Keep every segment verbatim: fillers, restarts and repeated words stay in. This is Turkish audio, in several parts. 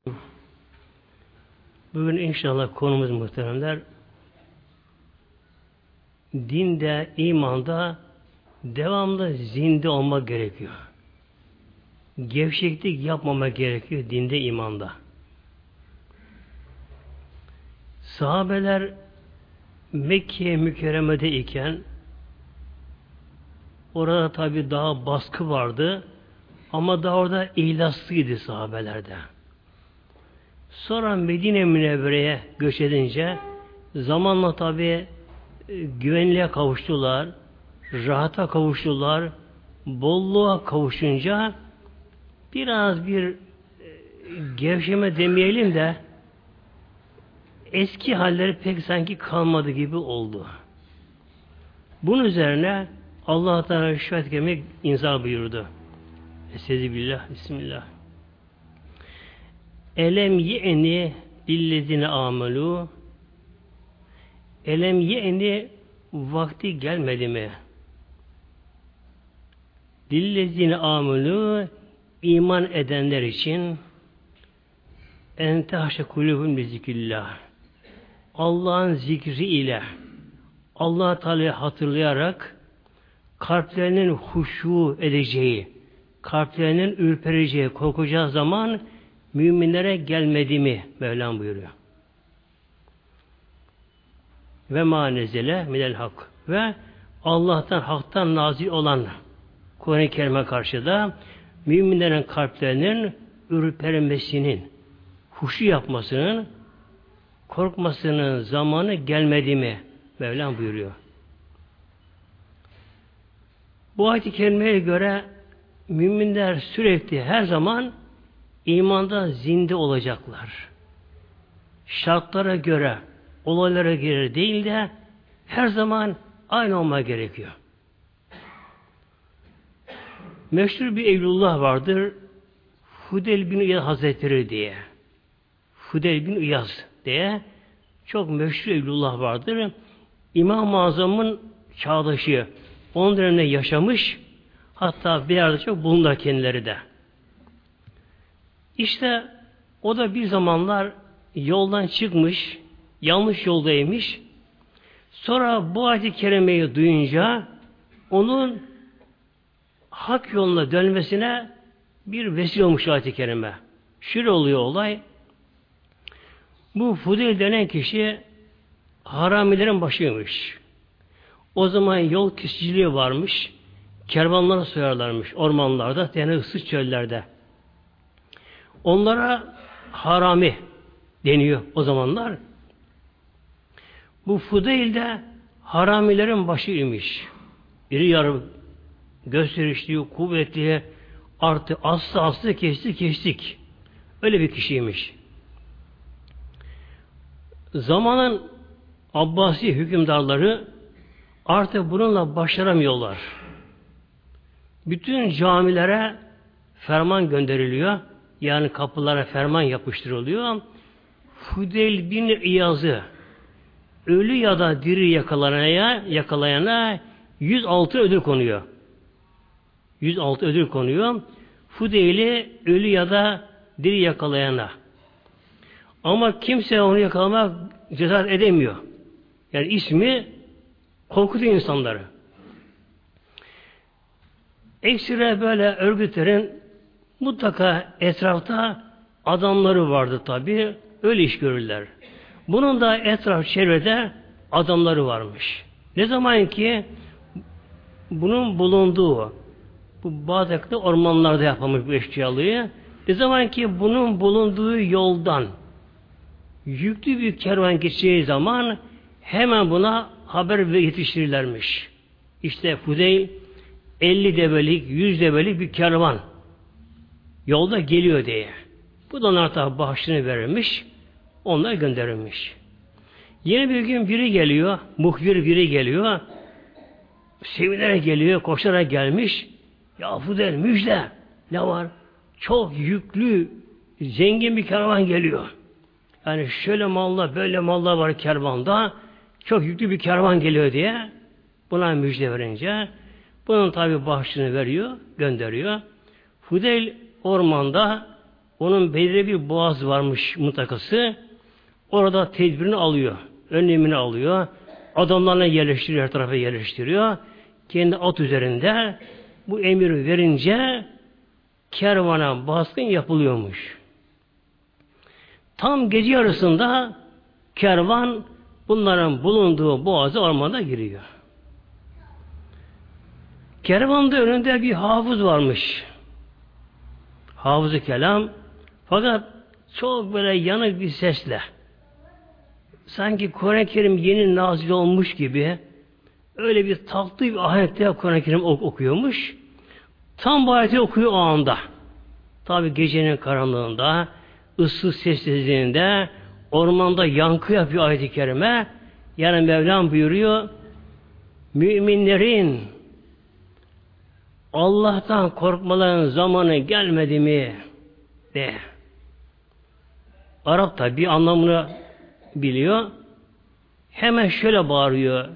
Bugün inşallah konumuz muhteremler, dinde, imanda devamlı zinde olmak gerekiyor. Gevşeklik yapmamak gerekiyor dinde, imanda. Sahabeler Mekke mükerremede iken orada tabi daha baskı vardı ama daha orada ihlaslıydı sahabelerde. Sonra Medine Münevvere'ye göç edince zamanla tabi güvenliğe kavuştular, rahata kavuştular, bolluğa kavuşunca biraz bir gevşeme demeyelim de eski halleri pek sanki kalmadı gibi oldu. Bunun üzerine Allah Teala şahit gelmek inzal buyurdu. Estağfirullah, bismillah. Elem ye'ni lillezine amelu, elem ye'ni vakti gelmedi mi? Lillezine amelu, iman edenler için entehşe kulübün bizikillah, Allah'ın zikri ile Allah Teala'yı hatırlayarak kalplerinin huşu edeceği, kalplerinin ürpereceği, korkacağı zaman müminlere gelmedi mi? Mevlam buyuruyor. Ve manezele minel hak. Ve Allah'tan, haktan nazil olan Kur'an-ı Kerim'e karşı da müminlerin kalplerinin ürpermesinin, huşu yapmasının, korkmasının zamanı gelmedi mi? Mevlam buyuruyor. Bu ayet-i kerimeye göre müminler sürekli her zaman imanda zinde olacaklar. Şartlara göre, olaylara göre değil de her zaman aynı olma gerekiyor. Meşhur bir evlullah vardır. Fudel bin İyaz Hazretleri diye. Fudel bin İyaz diye çok meşhur evlullah vardır. İmam-ı Azam'ın çağdaşı. Onun döneminde yaşamış. Hatta bir yerde çok bulundu kendileri de. İşte o da bir zamanlar yoldan çıkmış, yanlış yoldaymış. Sonra bu ayet-i kerimeyi duyunca onun hak yoluna dönmesine bir vesile olmuş ayet-i kerime. Şöyle oluyor olay. Bu Fudel denen kişi haramilerin başıymış. O zaman yol kesiciliği varmış. Kervanlara soyarlarmış ormanlarda, yani ıssız çöllerde. Onlara harami deniyor o zamanlar. Bu Fudeyl de haramilerin başıymış. İri yarı, gösterişli, kuvvetli, artı aslı aslı kestik kestik. Öyle bir kişiymiş. Zamanın Abbasi hükümdarları artık bununla başaramıyorlar. Bütün camilere ferman gönderiliyor. Yani kapılara ferman yapıştırılıyor. Fudeyl bin İyaz'ı ölü ya da diri yakalayana, yakalayana yüz altı ödül konuyor. yüz altı ödül konuyor. Fudeyl'i ölü ya da diri yakalayana. Ama kimse onu yakalamak cesaret edemiyor. Yani ismi korkutuyor insanları. Eksire böyle örgütlerin mutlaka etrafta adamları vardı tabi. Öyle iş görürler. Bunun da etraf çevrede adamları varmış. Ne zaman ki bunun bulunduğu bu Bağdat'ta ormanlarda yapılmış bu eşkıyalığı, ne zaman ki bunun bulunduğu yoldan yüklü bir kervan geçeceği zaman hemen buna haber ve yetiştirirlermiş. İşte Fudeyl elli develik, yüz develik bir kervan yolda geliyor diye. Bu da onlara tabi bağışını verilmiş, onlar gönderilmiş. Yeni bir gün biri geliyor, muhbir biri geliyor, sevinerek geliyor, koşarak gelmiş. Ya Fudeyl müjde, ne var? Çok yüklü, zengin bir kervan geliyor. Yani şöyle mallar, böyle mallar var kervanda, çok yüklü bir kervan geliyor diye buna müjde verince bunun tabi bahşişini veriyor, gönderiyor. Fudeyl ormanda Onun belirli bir boğaz varmış mutlakası. Orada tedbirini alıyor. Önlemini alıyor. Adamlarına yerleştiriyor. Her tarafa yerleştiriyor. Kendi at üzerinde bu emiri verince kervana baskın yapılıyormuş. Tam gece yarısında kervan bunların bulunduğu boğazı ormanda giriyor. Kervanda önünde bir hafız varmış. Hafız-ı kelam. Fakat çok böyle yanık bir sesle, sanki Kur'an-ı Kerim yeni nazil olmuş gibi öyle bir tatlı bir ahenkte Kur'an-ı Kerim okuyormuş. Tam bu ayeti okuyor o anda. Tabi gecenin karanlığında, ıssız sessizliğinde, ormanda yankı yapıyor ayet-i kerime. Yani Mevlam buyuruyor, müminlerin Allah'tan korkmaların zamanı gelmedi mi? De. Arap tabi anlamını biliyor. Hemen şöyle bağırıyor.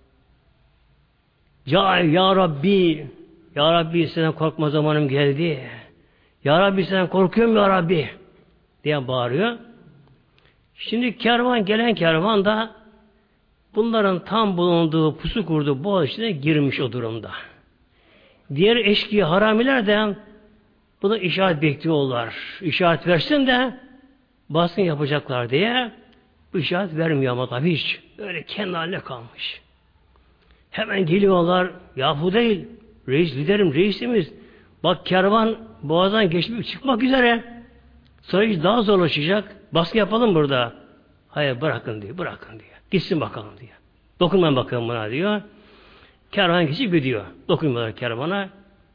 Ya, ya Rabbi, Ya Rabbi senden korkma zamanım geldi. Ya Rabbi senden korkuyorum Ya Rabbi diye bağırıyor. Şimdi kervan, gelen kervan da bunların tam bulunduğu, pusu kurduğu boğaz içine girmiş o durumda. Diğer eşkıya haramiler de buna işaret bekliyorlar. İşaret versin de baskın yapacaklar diye bu işaret vermiyor ama tabii hiç. Öyle kendi haline kalmış. Hemen geliyorlar. Ya bu değil. Reis, liderim, reisimiz. Bak kervan boğazdan geçip çıkmak üzere. Sonra hiç daha zorlaşacak. Baskı yapalım burada. Hayır bırakın diyor. Bırakın diyor. Gitsin bakalım diyor. Dokunmayın bakalım buna diyor. Kervan geçip gidiyor. Dokunmuyorlar kervana.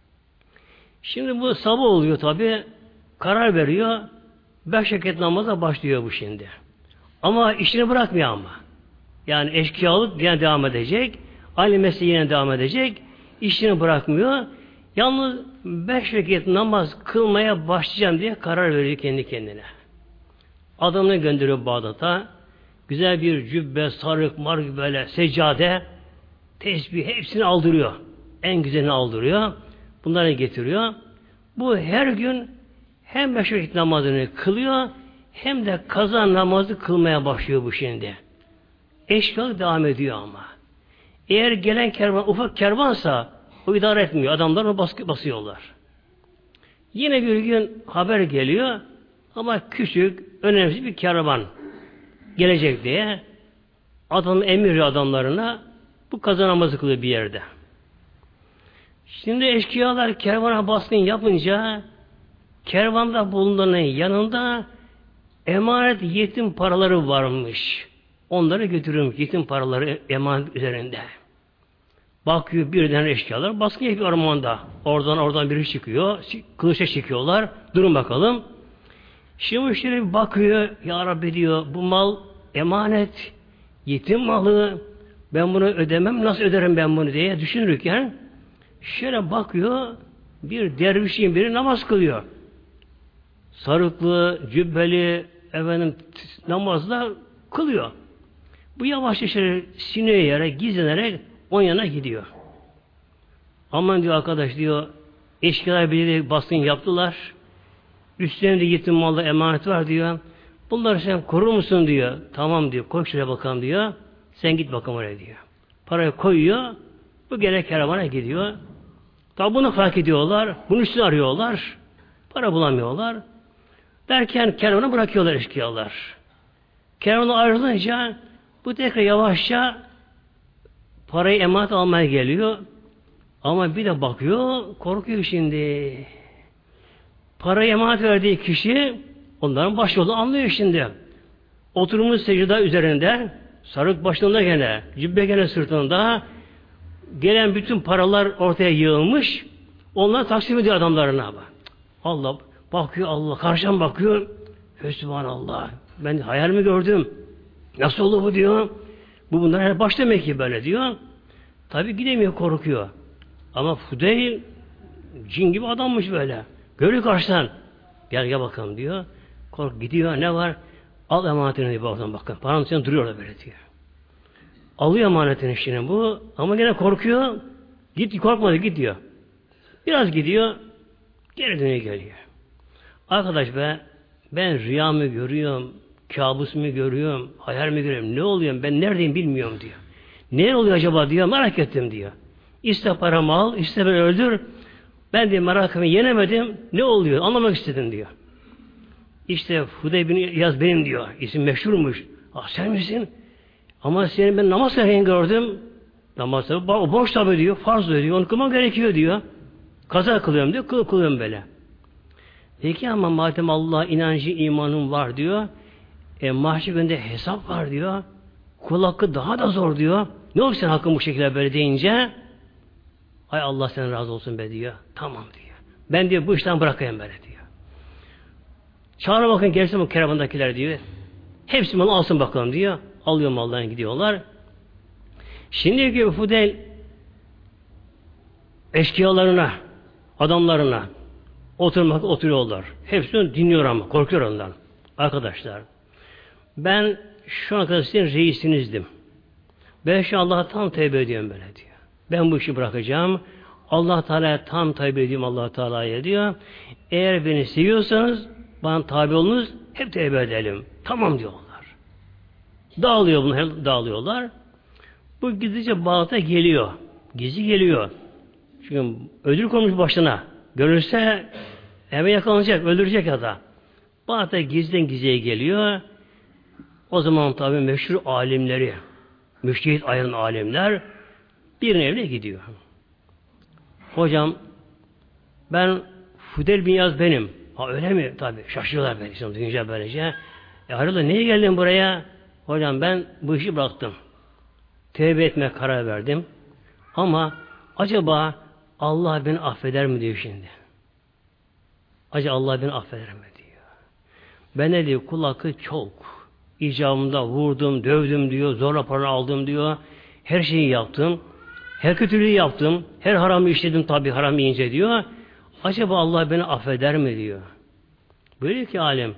Şimdi bu sabah oluyor tabi. Karar veriyor. Beş vakit namaza başlıyor bu şimdi. Ama işini bırakmıyor ama. Yani eşkıyalık yine devam edecek. Aynı mesleği yine devam edecek. İşini bırakmıyor. Yalnız beş vakit namaz kılmaya başlayacağım diye karar veriyor kendi kendine. Adamını gönderiyor Bağdat'a. Güzel bir cübbe, sarık, marık böyle seccade, tesbih hepsini aldırıyor. En güzelini aldırıyor. Bunları getiriyor. Bu her gün hem beş vakit namazını kılıyor hem de kaza namazı kılmaya başlıyor bu şimdi. Eşkıyalık devam ediyor ama. Eğer gelen kervan ufak kervansa o idare etmiyor. Adamlar onu baskı basıyorlar. Yine bir gün haber geliyor ama küçük, önemsiz bir kervan gelecek diye adam emir adamlarına bu kaza namazı kılıyor bir yerde. Şimdi eşkıyalar kervana baskın yapınca kervanda bulunanın yanında emanet yetim paraları varmış. Onları götürüyormuş. Yetim paraları emanet üzerinde. Bakıyor birden eşkıyalar baskın yapıyor ormanda. Oradan oradan biri çıkıyor. Kılıça çekiyorlar. Durun bakalım. Şimdi müşteri bakıyor. Ya Rabbi diyor bu mal emanet. Yetim malı. Ben bunu ödemem. Nasıl öderim ben bunu diye düşünürken şöyle bakıyor. Bir dervişin biri namaz kılıyor. Sarıklı, cübbeli efendim namazla kılıyor. Bu yavaş yavaş sineye yere gizlenerek onun yanına gidiyor. Aman diyor arkadaş diyor eşkıyalar bir baskın yaptılar. Üstlerinde yetim malda emanet var diyor. Bunları sen korur musun diyor. Tamam diyor. Koy şuraya bakalım diyor. Sen git bakalım oraya diyor. Parayı koyuyor. Bu gene kervana gidiyor. Tabi bunu fark ediyorlar. Bunun üstüne arıyorlar. Para bulamıyorlar. Derken kervanı bırakıyorlar eşkıyalar. Kervanı ayrılınca bu tekrar yavaşça parayı emanet almaya geliyor. Ama bir de bakıyor, korkuyor şimdi. Parayı emanet verdiği kişi onların baş yolu anlıyor şimdi. Oturmuş secde üzerinde, sarık başında gene, cübbe gene sırtında, gelen bütün paralar ortaya yığılmış, onlar taksim ediyor adamlarına. Allah bakıyor, Allah karşıdan bakıyor, Sübhanallah, ben hayal mi gördüm? Nasıl oldu bu diyor. Bu bunlar her baş demek ki böyle diyor. Tabi gidemiyor, korkuyor. Ama Fudeyl cin gibi adammış böyle. Görüyor karşıdan. Gel gel bakalım diyor. Kork gidiyor, ne var? Al emanetini diyor bakalım bakın. Paranın içinde duruyor da böyle diyor. Alıyor emanetini şimdi bu. Ama gene korkuyor. Git korkmadı git diyor. Biraz gidiyor. Geri dönüyor geliyor. Arkadaş be, ben rüya mı görüyorum, kabus mu görüyorum, hayal mi görüyorum, ne oluyor, ben neredeyim bilmiyorum diyor. Ne oluyor acaba diyor, merak ettim diyor. İste paramı al, iste beni öldür. Ben de merakımı yenemedim, ne oluyor, anlamak istedim diyor. İşte Hudeyl bin İyaz benim diyor, isim meşhurmuş. Ah sen misin? Ama seni ben namaz kılarken gördüm. Namaz tabi, o boş tabi diyor, farz diyor, onu kılmam gerekiyor diyor. Kaza kılıyorum diyor, kıl kılıyorum böyle. Peki ama madem Allah'a inancı, imanım var diyor, e, mahşer günde hesap var diyor, kul hakkı daha da zor diyor. Ne olmuş sen hakkın bu şekilde böyle deyince, ay Allah senden razı olsun be diyor, tamam diyor. Ben diyor bu işten bırakayım böyle diyor. Çağıra bakın gelsin bu keravandakiler diyor. Hepsi malı alsın bakalım diyor. Alıyor mallarını gidiyorlar. Şimdi diyor Hudeyl eşkıyalarına, adamlarına oturmak oturuyorlar. Hepsini dinliyor ama korkuyor ondan. Arkadaşlar ben şu ana kadar sizin reisinizdim. Ben şu Allah'a tam tevbe ediyorum böyle diyor. Ben bu işi bırakacağım. Allah Teala'ya tam tevbe ediyorum Allah Teala'ya diyor. Eğer beni seviyorsanız bana tabi olunuz hep tevbe edelim. Tamam diyorlar. Dağılıyor bunlar, dağılıyorlar. Bu gizlice Bağdat'a geliyor. Gizli geliyor. Çünkü ödül konmuş başına. Görürse hemen yakalanacak, öldürecek ya da. Bağdat'a gizliden gizliye geliyor. O zaman tabi meşhur alimleri, müştehit ayrılan alimler birinin evine gidiyor. Hocam ben Hudeyl bin İyaz benim. Ha öyle mi? Tabi şaşırıyorlar beni. Şimdi duyunca böylece. E hayrola niye geldin buraya? Hocam ben bu işi bıraktım. Tevbe etmeye karar verdim. Ama acaba Allah beni affeder mi diyor şimdi. Acaba Allah beni affeder mi diyor. Ben de diyor kul hakkı çok. İcabımda vurdum, dövdüm diyor. Zorla para aldım diyor. Her şeyi yaptım. Her kötülüğü yaptım. Her haramı işledim tabi haram yiyince diyor. Acaba Allah beni affeder mi diyor. Böyle ki alem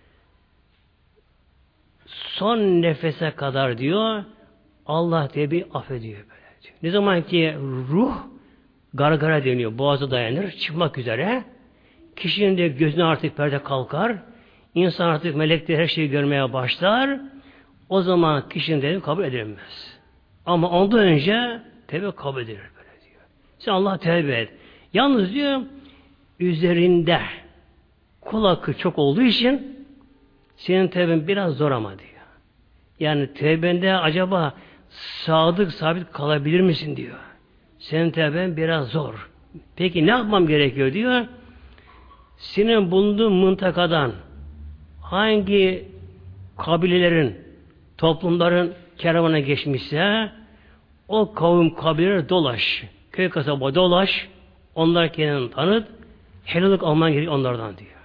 son nefese kadar diyor Allah tevbe affediyor böyle diyor. Ne zaman ki ruh gargara deniyor. Boğaza dayanır. Çıkmak üzere. Kişinin de gözüne artık perde kalkar. İnsan artık melekler her şeyi görmeye başlar. O zaman kişinin de kabul edilmez. Ama ondan önce tevbe kabul edilir böyle diyor. Sen Allah tevbe et. Yalnız diyor üzerinde kul hakkı çok olduğu için senin tevben biraz zor ama diyor. Yani tevbende acaba sadık sabit kalabilir misin diyor. Senin tevben biraz zor. Peki ne yapmam gerekiyor diyor. Senin bulunduğun mıntıkadan hangi kabilelerin, toplumların kervanına geçmişse o kavim kabilelere dolaş. Köy kasaba dolaş. Onlar kendini tanıt. Helallik alman gerekiyor onlardan diyor.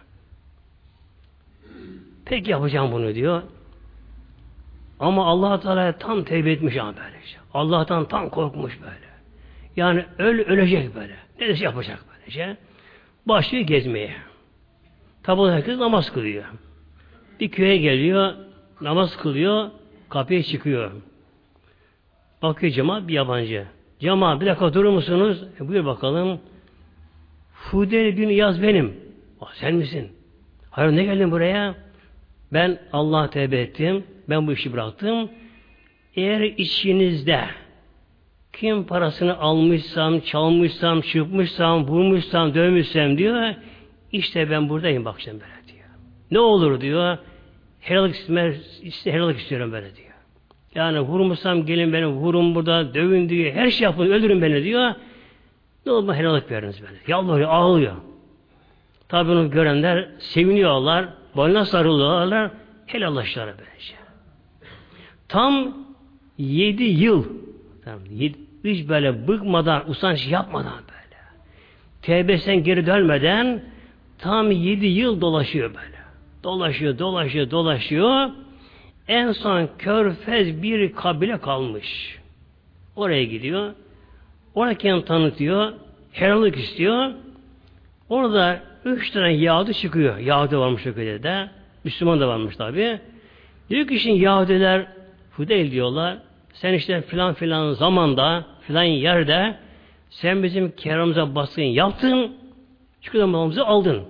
Peki yapacağım bunu diyor. Ama Allah Teala tam tevbe etmiş ama böylece. Allah'tan tam korkmuş böyle. Yani öl ölecek böyle. Ne de yapacak böylece. Başlıyor gezmeye. Tabi herkes namaz kılıyor. Bir köye geliyor, namaz kılıyor, kapıya çıkıyor. Bakıyor cemaat bir yabancı. Cemaat bir dakika durur musunuz? E, buyur bakalım. Hudeyl bin İyaz benim. Ah, sen misin? Hayır ne geldin buraya? Ben Allah'a tevbe ettim. Ben bu işi bıraktım. Eğer içinizde kim parasını almışsam, çalmışsam, çıkmışsam, vurmuşsam, dövmüşsem diyor. İşte ben buradayım bak şimdi böyle diyor. Ne olur diyor. Helallik istiyorum, helallik istiyorum böyle diyor. Yani vurmuşsam gelin beni vurun burada, dövün diyor. Her şey yapın, öldürün beni diyor. Ne olur helallik veriniz beni. Yalvarıyor, ağlıyor. Tabi onu görenler seviniyorlar. Boynuna sarılıyorlar. Helallaştılar böylece. Tam yedi yıl hiç böyle bıkmadan, usanç yapmadan böyle. Tevbesinden geri dönmeden tam yedi yıl dolaşıyor böyle. Dolaşıyor, dolaşıyor, dolaşıyor. En son körfez bir kabile kalmış. Oraya gidiyor. Oraya kendini tanıtıyor. Helallik istiyor. Orada üç tane Yahudi çıkıyor. Yahudi varmış o köyde. Müslüman da varmış tabi. Diyor ki şimdi Yahudiler Hudeyl diyorlar. Sen işte filan filan zamanda filan yerde sen bizim kervanımıza baskın yaptın. Çünkü malımızı aldın.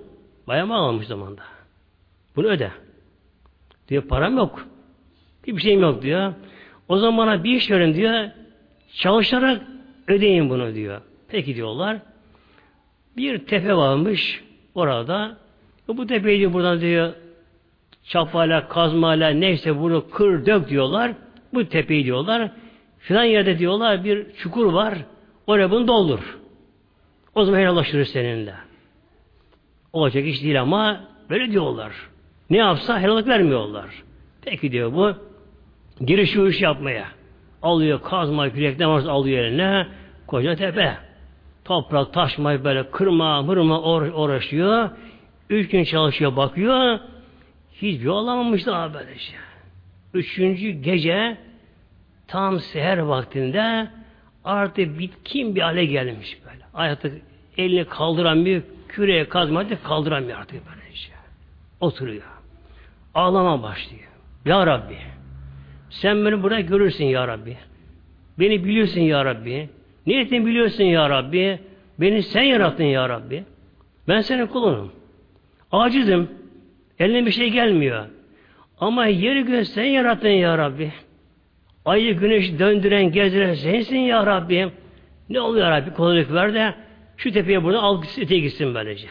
Bayağı mal almış zamanda. Bunu öde. Diyor param yok. Bir şeyim yok diyor. O zaman bana bir iş verin diyor. Çalışarak ödeyin bunu diyor. Peki diyorlar. Bir tepe varmış orada. Bu tepeyi diyor buradan diyor çapayla, kazmayla neyse bunu kır dök diyorlar. Bu tepeyi diyorlar. Filan yerde diyorlar bir çukur var. Oraya bunu doldur. O zaman helallaşırız seninle. Olacak iş değil ama böyle diyorlar. Ne yapsa helallik vermiyorlar. Peki diyor bu. Girişiyor iş yapmaya. Alıyor kazmayı, kürekten varsa alıyor eline. Koca tepe. Toprak, taşmayı böyle kırma, mırma uğraşıyor. Üç gün çalışıyor, bakıyor. Hiçbir olamamış daha böylece. Üçüncü gece tam seher vaktinde artık bitkin bir hale gelmiş böyle. Artık elini kaldıramıyor, küreğe kazmayı kaldıramıyor artık böylece. Oturuyor. Ağlama başlıyor. Ya Rabbi, sen beni burada görürsün ya Rabbi. Beni biliyorsun ya Rabbi. Niyetini biliyorsun ya Rabbi. Beni sen yarattın ya Rabbi. Ben senin kulunum. Acizim. Eline bir şey gelmiyor. Ama yeri göğü sen yarattın ya Rabbi. Ayı güneşi döndüren, gezdiren sensin ya Rabbi. Ne oluyor ya Rabbi? Kolaylık ver de şu tepeye buradan al gitsin, öteye gitsin böylece.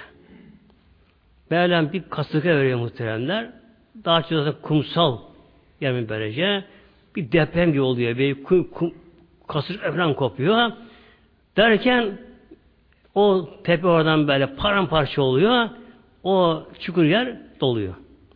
Böyle bir kasırga veriyor muhteremler. Daha çok kumsal yani böylece. Bir deprem gibi oluyor. Bir kum, kum, kasırga falan kopuyor. Derken o tepe oradan böyle paramparça oluyor. O çukur yer doluyor.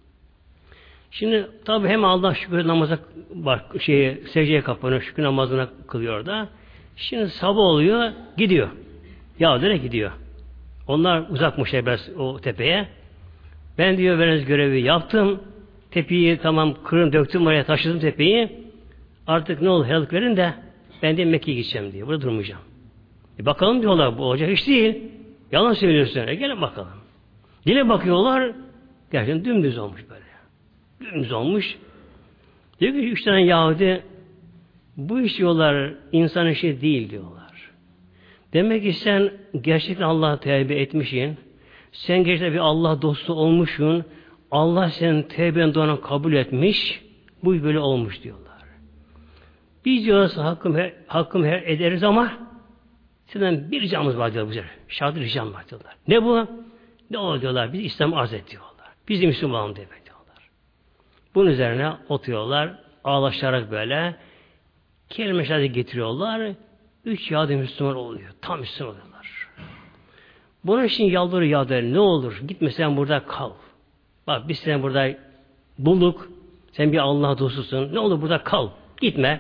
Şimdi tabi hem Allah şükür namaza bak şeye secdeye kapanıyor, şükür namazına kılıyor da. Şimdi sabah oluyor, gidiyor. Ya direkt gidiyor. Onlar uzakmış biraz o tepeye. Ben diyor veriniz görevi yaptım. Tepeyi tamam kırın döktüm oraya taşıdım tepeyi. Artık ne olur helallik verin de ben de Mekke'ye gideceğim diyor. Burada durmayacağım. E bakalım diyorlar bu olacak iş değil. Yalan söylüyorsun. E gelin bakalım. Yine bakıyorlar. Gerçekten dümdüz olmuş böyle. Dümdüz olmuş. Diyor ki üç tane Yahudi bu iş diyorlar insan işi değil diyorlar. Demek ki sen gerçekten Allah'a tevbe etmişsin. Sen gerçekten bir Allah dostu olmuşsun. Allah senin tevben doğanı kabul etmiş. Bu iş böyle olmuş diyorlar. Biz diyoruz hakkım, her, hakkım her ederiz ama senden bir ricamız var diyorlar. Şart ricam var diyorlar. Ne bu? Ne olur diyorlar. Biz İslam arz et diyorlar. Biz de Müslümanım demek diyorlar. Bunun üzerine oturuyorlar. Ağlaşarak böyle kelime şahadeti getiriyorlar. Üç Yahudi Müslüman oluyor. Tam Müslüman oluyorlar. Bunun için yalvarıyor Yahudi ne olur gitme sen burada kal. Bak biz seni burada bulduk. Sen bir Allah dostusun. Ne olur burada kal. Gitme.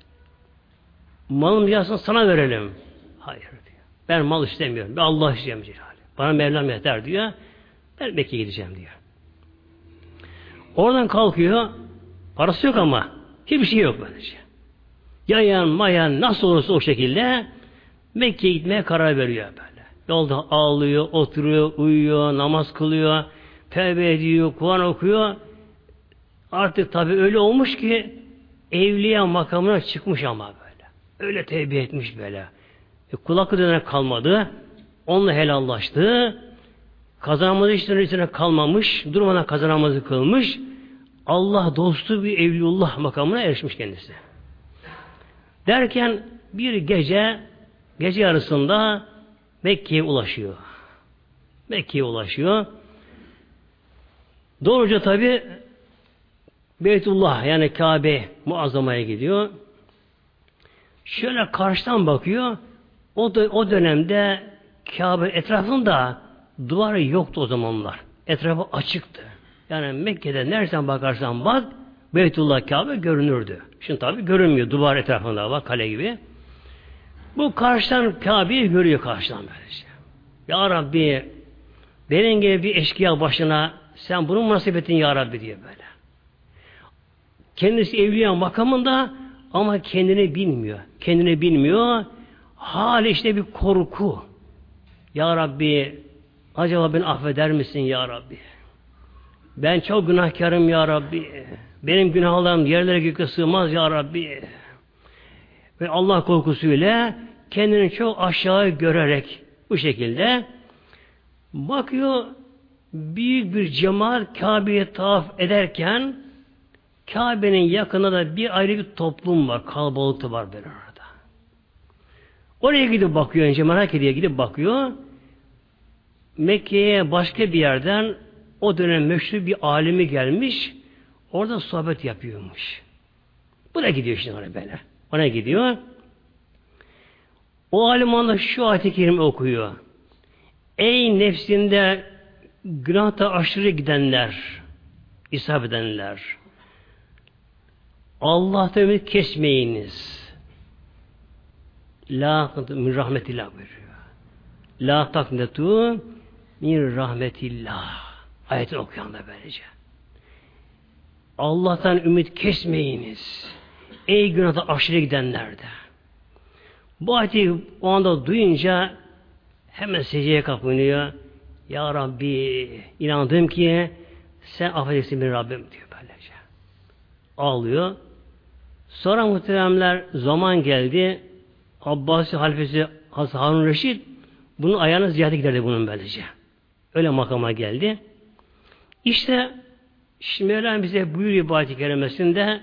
Malın mirasını sana verelim. Hayır diyor. Ben mal istemiyorum. Ben Allah isteyeceğim diyor. Bana Mevlam yeter diyor. Ben Mekke'ye gideceğim diyor. Oradan kalkıyor. Parası yok ama. Hiçbir şey yok böylece. Yayan mayan nasıl olursa o şekilde Mekke'ye gitmeye karar veriyor böyle. Yolda ağlıyor, oturuyor, uyuyor, namaz kılıyor, tevbe ediyor, Kur'an okuyor. Artık tabi öyle olmuş ki evliya makamına çıkmış ama böyle. Öyle tevbe etmiş böyle. E, kulakı dönerek kalmadı. Onunla helallaştı. Kazanamadığı işlerin içine kalmamış. Durmadan kazanamazı kılmış. Allah dostu bir evliullah makamına erişmiş kendisi. Derken bir gece gece yarısında Mekke'ye ulaşıyor. Mekke'ye ulaşıyor. Doğruca tabi Beytullah yani Kabe muazzamaya gidiyor. Şöyle karşıdan bakıyor. O da, o dönemde Kabe etrafında duvarı yoktu o zamanlar. Etrafı açıktı. Yani Mekke'de nereden bakarsan bak Beytullah Kabe görünürdü. Şimdi tabi görünmüyor. Duvar etrafında var kale gibi. Bu karşıdan Kabe'yi görüyor karşıdan böylece. Ya Rabbi benim gibi bir eşkıya başına sen bunun münasebetini Ya Rabbi diye böyle. Kendisi evliya makamında ama kendini bilmiyor. Kendini bilmiyor. Hali işte bir korku. Ya Rabbi acaba beni affeder misin Ya Rabbi? Ben çok günahkarım Ya Rabbi. Benim günahlarım yerlere göke sığmaz Ya Rabbi. Ve Allah korkusuyla kendini çok aşağı görerek bu şekilde bakıyor büyük bir cemaat Kabe'ye tavaf ederken Kabe'nin yakınında da bir ayrı bir toplum var. Kalabalık var böyle orada. Oraya gidip bakıyor önce, merak ediyor, gidip bakıyor. Mekke'ye başka bir yerden o dönem meşhur bir alimi gelmiş. Orada sohbet yapıyormuş. Bu da gidiyor şimdi oraya böyle. Ona gidiyor. O alim onda şu ayet-i kerime okuyor. Ey nefsinde günahta aşırı gidenler, ishap edenler, Allah'ta ümit kesmeyiniz. La min rahmetillah buyuruyor. La taknetu min rahmetillah. Ayetini okuyan da böylece. Allah'tan ümit kesmeyiniz. Ey günahta aşırı gidenler de. Bu ayeti o anda duyunca hemen secdeye kapanıyor. Ya Rabbi, inandım ki sen affedeceksin beni Rabbim diyor böylece. Ağlıyor. Sonra muhteremler zaman geldi. Abbasi halifesi Hazreti Harun Reşit bunun ayağına ziyarete giderdi bunun böylece. Öyle makama geldi. İşte şimdi Mevlam bize buyuruyor bu ayet-i kerimesinde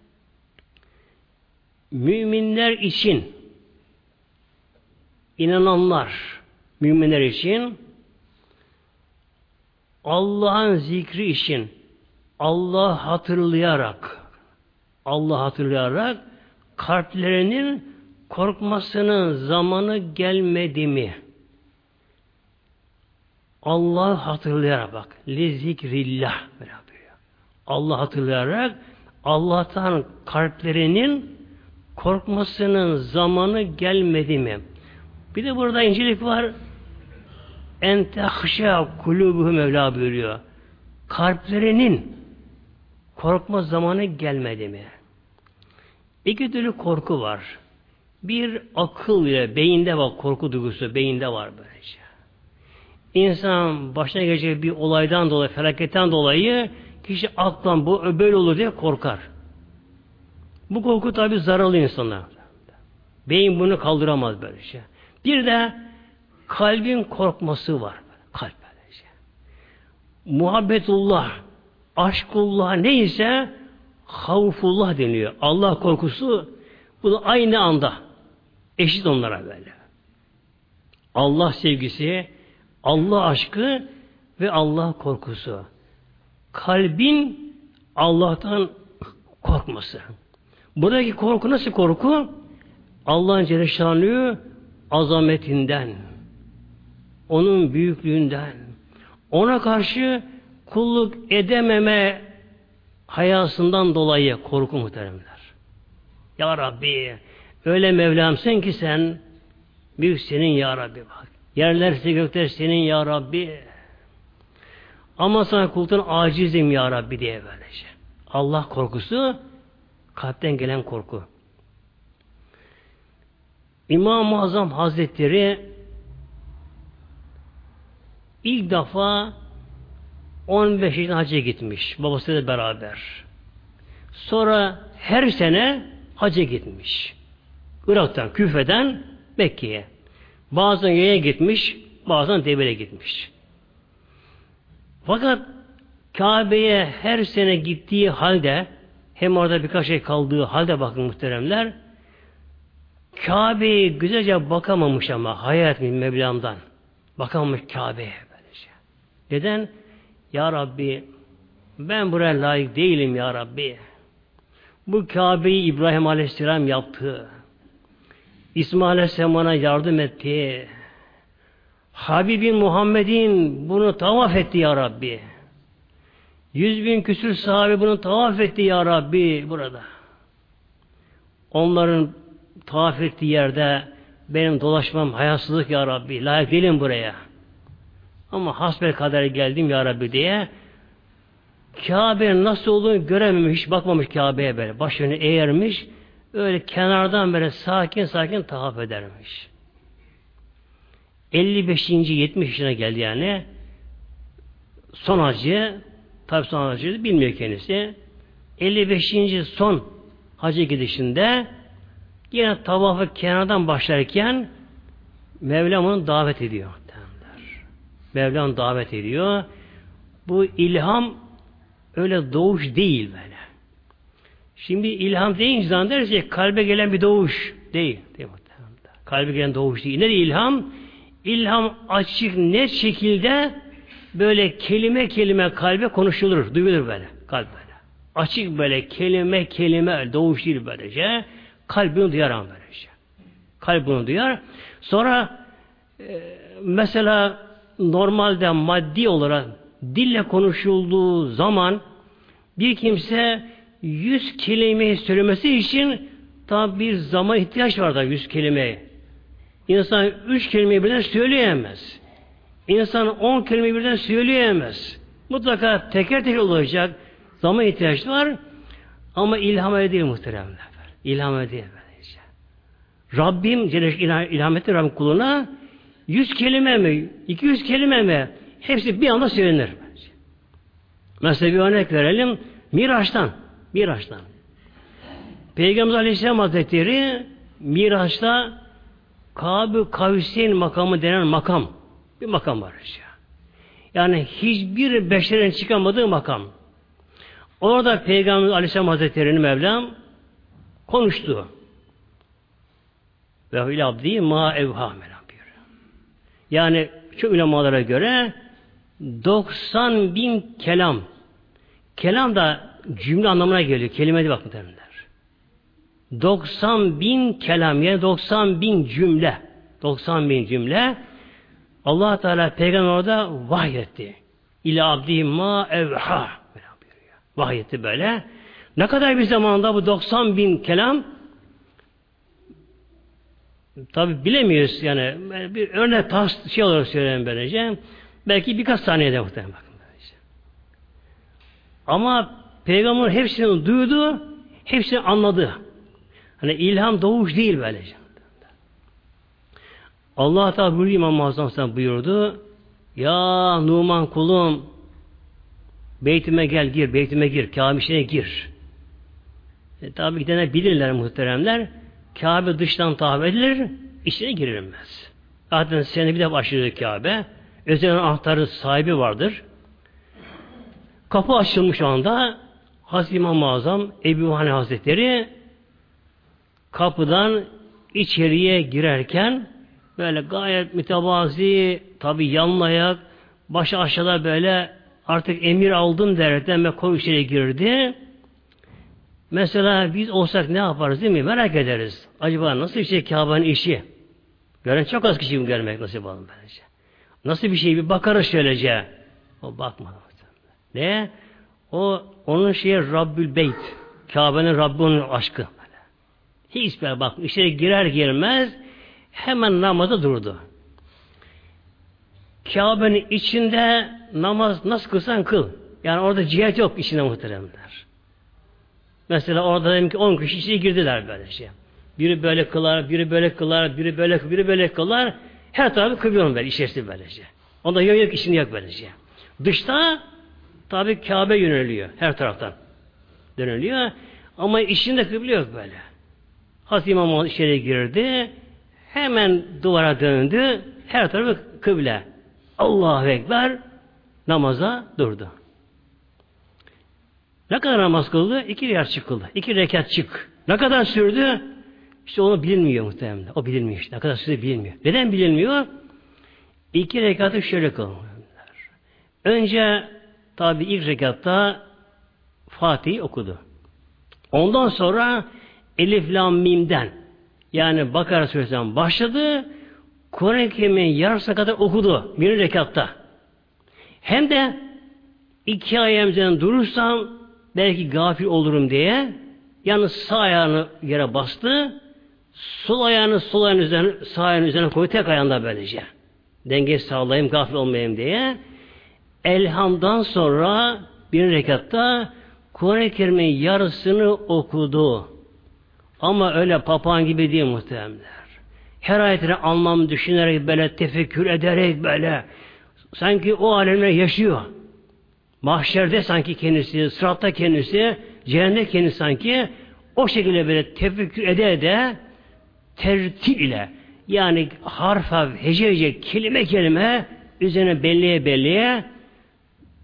müminler için, inananlar müminler için, Allah'ın zikri için Allah'ı hatırlayarak Allah'ı hatırlayarak kalplerinin korkmasının zamanı gelmedi mi? Allah'ı hatırlayarak bak. Li zikrillah. Allah hatırlayarak Allah'tan kalplerinin korkmasının zamanı gelmedi mi? Bir de burada incelik var. En tehşâ kulûbuhu Mevla buyuruyor. Kalplerinin korkma zamanı gelmedi mi? İki türlü korku var. Bir akıl ile beyinde var korku duygusu, beyinde var böylece. İnsan başına gelecek bir olaydan dolayı, felaketten dolayı kişi aklından bu böyle olur diye korkar. Bu korku tabi zararlı insanlar. Beyin bunu kaldıramaz böylece. Bir de kalbin korkması var. Kalp böylece. Muhabbetullah, aşkullah neyse havfullah deniyor. Allah korkusu bu da aynı anda eşit onlara böyle. Allah sevgisi, Allah aşkı ve Allah korkusu. Kalbin Allah'tan korkması. Buradaki korku nasıl korku? Allah'ın Celle Şanlığı azametinden, onun büyüklüğünden, ona karşı kulluk edememe hayasından dolayı korku muhteremler. Ya Rabbi, öyle Mevlamsın ki sen, büyük senin Ya Rabbi bak. Yerlerse gökler senin Ya Rabbi. Ama sana kuldan acizim Ya Rabbi diye böylece. Allah korkusu, kalpten gelen korku. İmam-ı Azam Hazretleri ilk defa on beş yaşında hacca gitmiş. Babasıyla beraber. Sonra her sene hacca gitmiş. Irak'tan, Küfe'den Mekke'ye. Bazen yaya gitmiş, bazen devele gitmiş. Fakat Kabe'ye her sene gittiği halde, hem orada birkaç ay kaldığı halde bakın muhteremler, Kabe'ye güzelce bakamamış ama hayat Mevlam'dan. Bakamamış Kabe'ye böylece. Neden? Ya Rabbi, ben buraya layık değilim Ya Rabbi. Bu Kabe'yi İbrahim Aleyhisselam yaptı. İsmail Aleyhisselam'a yardım etti. Habibin Muhammed'in bunu tavaf etti Ya Rabbi. Yüz bin küsür sahabe bunu tavaf etti Ya Rabbi burada. Onların tavaf ettiği yerde benim dolaşmam hayasızlık Ya Rabbi. Layık değilim buraya. Ama hasbelkader geldim Ya Rabbi diye Kabe'nin nasıl olduğunu görememiş, hiç bakmamış Kabe'ye böyle. Başını eğermiş, öyle kenardan böyle sakin sakin tavaf edermiş. elli beşinci yetmiş yaşına geldi yani. Son hacı, tabi son hacı bilmiyor kendisi. elli beşinci son hacı gidişinde yine tavafı kenardan başlarken Mevlam onu davet ediyor. Mevlam davet ediyor. Bu ilham öyle doğuş değil böyle. Şimdi ilham deyince zannederiz ki kalbe gelen bir doğuş değil. Değil mi? Kalbe gelen doğuş değil. Ne de ilham? İlham açık, net şekilde böyle kelime kelime kalbe konuşulur, duyulur böyle. Kalp böyle. Açık böyle kelime kelime doğuş değil böylece. Kalp bunu duyar ama böylece. Kalp bunu duyar. Sonra e, mesela normalde maddi olarak dille konuşulduğu zaman bir kimse yüz kelimeyi söylemesi için tabi bir zaman ihtiyaç var da yüz kelimeyi. İnsan üç kelimeyi birden söyleyemez. İnsan on kelimeyi birden söyleyemez. Mutlaka teker teker olacak. Zaman ihtiyaç var. Ama ilham öyle değil muhteremler. İlham öyle değil. Böylece. Rabbim Celle ilham etti Rabbim kuluna yüz kelime mi, iki yüz kelime mi hepsi bir anda söylenir. Mesela bir örnek verelim. Miraç'tan. Miraç'tan. Peygamber Aleyhisselam Hazretleri Miraç'ta Kâb-ı Kavseyn makamı denen makam. Bir makam var. Yani hiçbir beşerin çıkamadığı makam. Orada Peygamber Aleyhisselam Hazretleri'nin Mevlam konuştu. Ve öyle abdi ma evha Mevlam diyor. Yani şu ulemalara göre doksan bin kelam. Kelam da cümle anlamına geliyor. Kelime de bakın derler. doksan bin kelam yani doksan bin cümle. doksan bin cümle Allah Teala Peygamber orada vahyetti. İlâ abdî mâ evhâ. Vahyetti böyle. Ne kadar bir zamanda bu doksan bin kelam tabi bilemiyoruz yani. Bir örnek tas şey olarak söyleyeyim böylece. Belki birkaç saniyede muhtemelen bakın böylece. Ama Peygamber hepsini duydu, hepsini anladı. Hani ilham doğuş değil böylece. Allah Teala buyuruyor İmam-ı Azam buyurdu. Ya Numan kulum beytime gel gir, beytime gir, Kabe'ye gir. E, tabi gidene bilirler muhteremler. Kabe dıştan tavaf edilir, içine girilmez. Zaten sene bir de başlıyor Kabe. Özel anahtarı sahibi vardır. Kapı açılmış şu anda. Hazreti İmam-ı Azam Ebu Hanife Hazretleri kapıdan içeriye girerken böyle gayet mütevazi, tabi yanlayak, başı aşağıda böyle artık emir aldım derken ve koy içeri girdi. Mesela biz olsak ne yaparız değil mi? Merak ederiz. Acaba nasıl bir şey Kabe'nin işi? Gören çok az kişi mi görmek nasip olun bence. Nasıl bir şey bir bakarız şöylece. O bakmadı. Ne? O onun şeyi Rabbül Beyt. Kabe'nin Rabbi onun aşkı. Böyle. Hiç böyle bak içeri girer girmez hemen namaza durdu. Kabe'nin içinde namaz nasıl kılsan kıl. Yani orada cihet yok içinde muhteremler. Mesela orada dedim ki on kişi içine girdiler böyle şey. Biri böyle kılar, biri böyle kılar, biri böyle biri böyle kılar. Her tarafı kıvıyorum böyle içerisi böylece. Onda yok yok içinde yok böylece. Dışta tabi Kabe yöneliyor her taraftan. Dönülüyor. Ama içinde kıble yok böyle. Hazreti İmam içeri girdi. Hemen duvara döndü. Her tarafı kıble. Allahu Ekber namaza durdu. Ne kadar namaz kıldı? İki rekat çıkıldı. İki rekat çık. Ne kadar sürdü? İşte onu bilinmiyor muhtemelen. O bilinmiyor işte. Ne kadar sürdü bilinmiyor. Neden bilinmiyor? İki rekatı şöyle kıldılar. Önce tabi ilk rekatta Fatih'i okudu. Ondan sonra Elif Lam Mim'den yani Bakara suresinden başladı. Kur'an-ı Kerim'in yarısına kadar okudu. Bir rekatta. Hem de iki ayağımızdan durursam belki gafil olurum diye yalnız sağ ayağını yere bastı. Sol ayağını sol ayağının üzerine, sağ ayağının üzerine koydu tek ayağında böylece. Dengeyi sağlayayım, gafil olmayayım diye. Elhamdan sonra bir rekatta Kur'an-ı Kerim'in yarısını okudu. Ama öyle papağan gibi değil muhteremler. Her ayetini anlam düşünerek böyle tefekkür ederek böyle sanki o alemler yaşıyor. Mahşerde sanki kendisi, sıratta kendisi, cehennemde kendisi sanki o şekilde böyle tefekkür ede ede tertip ile yani harf harf, hece hece, kelime kelime üzerine belliye belliye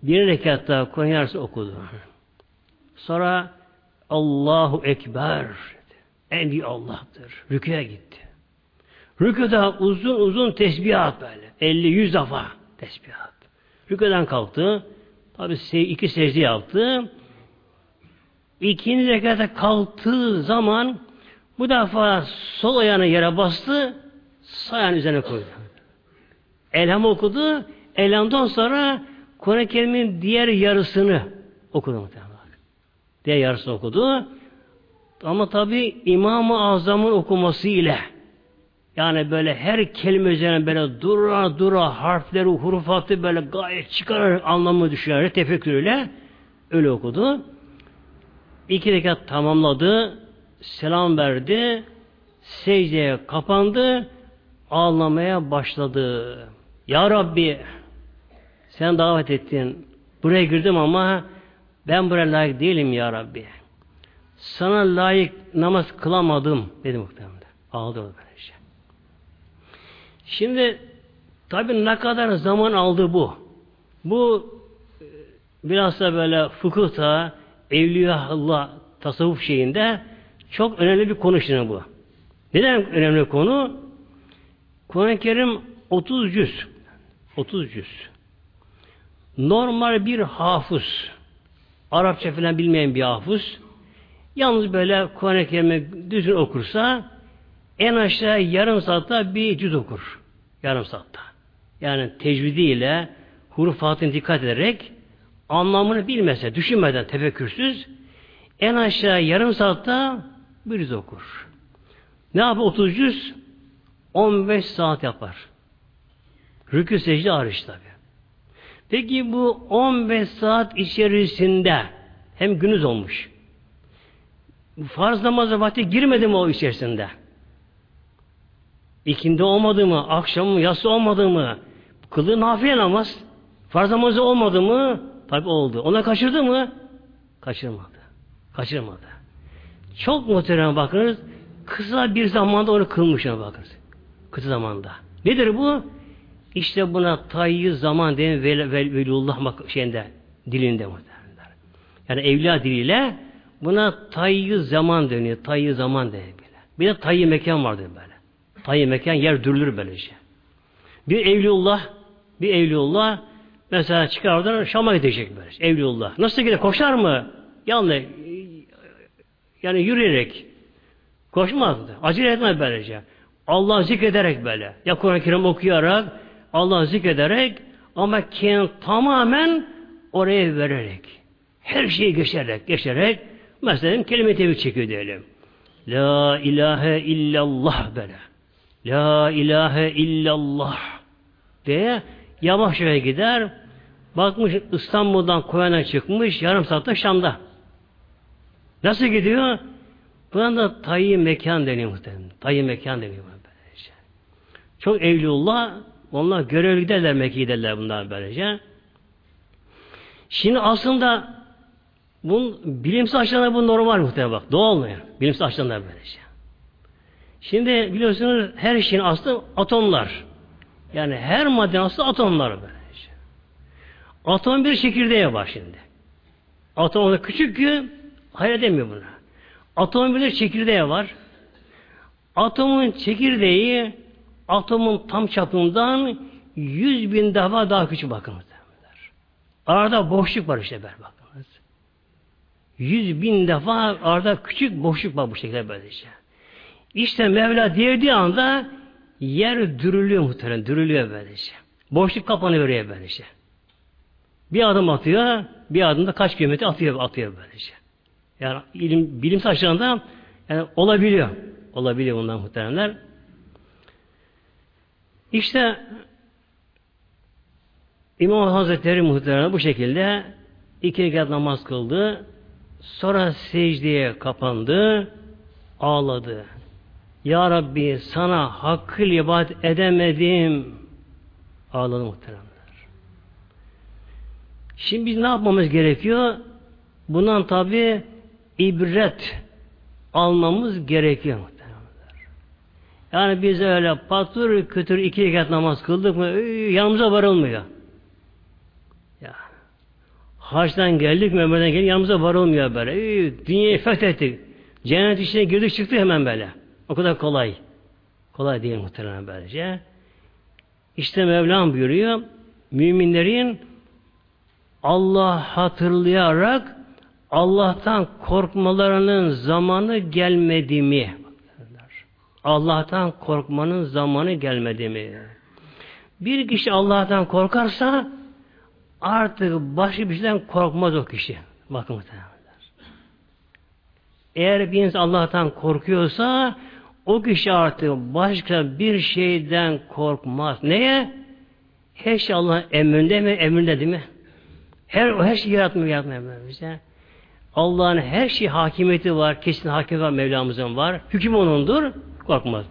Bir rekatta Kur'an yarısı okudu. Sonra Allahu Ekber. En büyük Allah'tır. Rüküye gitti. Rüküda uzun uzun tesbihat böyle. elli yüz defa tesbihat. Rüküden kalktı. Tabi iki secde yaptı. İkinci rekatta kalktığı zaman bu defa sol ayağını yere bastı. Sağ ayağını üzerine koydu. Elham okudu. Elhamdan sonra Kur'an-ı Kerim'in diğer yarısını okudu muhtemelen. Diğer yarısını okudu. Ama tabi İmam-ı Azam'ın okuması ile yani böyle her kelime üzerine böyle dura dura harfleri, hurufatı böyle gayet çıkararak anlamı düşünerek tefekkürüyle öyle okudu. İki rekat tamamladı. Selam verdi. Secdeye kapandı. Ağlamaya başladı. Ya Rabbi sen davet ettin. Buraya girdim ama ben buraya layık değilim ya Rabbi. Sana layık namaz kılamadım dedi muhtemelen. Ağladı o böylece. Şimdi tabi ne kadar zaman aldı bu? Bu biraz da böyle fıkıhta, evliyaullah, tasavvuf şeyinde çok önemli bir konu şimdi bu. Neden önemli konu? Kur'an-ı Kerim otuz cüz. otuz cüz. Normal bir hafız, Arapça falan bilmeyen bir hafız, yalnız böyle Kur'an-ı Kerim'i düzgün okursa en aşağı yarım saatte bir cüz okur. Yarım saatte. Yani tecvidiyle, hurufatına dikkat ederek anlamını bilmese, düşünmeden, tefekkürsüz en aşağı yarım saatte bir cüz okur. Ne yapar otuz cüz? on beş saat yapar. Rükû secde hariç tabi. Peki bu on beş saat içerisinde hem günüz olmuş. Farz namazı vakti girmedi mi o içerisinde? İkindi olmadı mı? Akşam mı? Yatsı olmadı mı? Kıldığı nafile namaz. Farz namazı olmadı mı? Tabi oldu. Ona kaçırdı mı? Kaçırmadı. Kaçırmadı. Çok muhterem bakınız. Kısa bir zamanda onu kılmış bakınız. Kısa zamanda. Nedir bu? İşte buna tayyi zaman denen vel, vel, velullah şeyinde, dilinde muhtemelen. Yani evliya diliyle buna tayyi zaman deniyor. Tayyi zaman deniyor bile. Bir de tayyi mekan vardır böyle. Tayyi mekan yer dürülür böylece. Bir evliullah, bir evliullah mesela çıkar oradan Şam'a gidecek böyle. Evliullah. Nasıl gider? Koşar mı? Yalnız yani yürüyerek koşmazdı. Acele etmez böylece. Allah zikrederek böyle. Ya Kur'an-ı Kerim okuyarak, Allah zikrederek ama kendini tamamen oraya vererek. Her şeyi geçerek, geçerek mesela kelime-i tevhid çekiyor diyelim. La ilahe illallah böyle. La ilahe illallah diye yavaş yavaş gider. Bakmış İstanbul'dan Konya'dan çıkmış, yarım saatte Şam'da. Nasıl gidiyor? Buna da tayyi mekan deniyor muhtemelen. Tayyi mekan deniyor. Böylece. Çok evliullah, onlar görevli giderler, Mekke'ye giderler bunlar böylece. Şimdi aslında bunun bilimsel açıdan bu normal muhtemelen bak. Doğal mı? Bilimsel açıdan böylece. Şimdi biliyorsunuz her şeyin aslı atomlar. Yani her maddenin aslı atomlar böylece. Atom bir çekirdeği var şimdi. Atom da küçük ki hayal edemiyor bunu. Atomun bir çekirdeği var. Atomun çekirdeği atomun tam çapından yüz bin defa daha küçük bakınız. Arada boşluk var işte böyle bakınız. Yüz bin defa arada küçük boşluk var bu şekilde böylece. İşte Mevla diyediği anda yer dürülüyor muhtemelen. Dürülüyor böylece. Boşluk kapanıyor oraya böylece. Bir adım atıyor, bir adımda kaç kilometre atıyor, atıyor böylece. Yani ilim, bilimsel açıdan yani olabiliyor. Olabiliyor bundan muhtemelenler. İşte İmam Hazretleri muhtemelen bu şekilde iki rekat namaz kıldı. Sonra secdeye kapandı. Ağladı. Ya Rabbi sana hakkıyla ibadet edemedim. Ağladı muhtemelenler. Şimdi biz ne yapmamız gerekiyor? Bundan tabi ibret almamız gerekiyor muhtemelen. Yani biz öyle patır kütür iki rekat namaz kıldık mı yanımıza varılmıyor. Ya. Hacdan geldik, Mehmet'den geldik, yanımıza varılmıyor böyle. Ee, dünyayı fethettik. Cennet içine girdik çıktık hemen böyle. O kadar kolay. Kolay değil muhtemelen böylece. İşte Mevlam buyuruyor, müminlerin Allah hatırlayarak Allah'tan korkmalarının zamanı gelmedi mi? Allah'tan korkmanın zamanı gelmedi mi? Bir kişi Allah'tan korkarsa artık başka bir şeyden korkmaz o kişi. Bakın muhtemelen. Eğer bir insan Allah'tan korkuyorsa o kişi artık başka bir şeyden korkmaz. Neye? Her şey Allah'ın emrinde mi? Emrinde değil mi? Her, her şeyi yaratmıyor, yaratmıyor bize. Allah'ın her şey hakimiyeti var, kesin hakimiyeti var, Mevlamızın var. Hüküm O'nundur, korkmaz.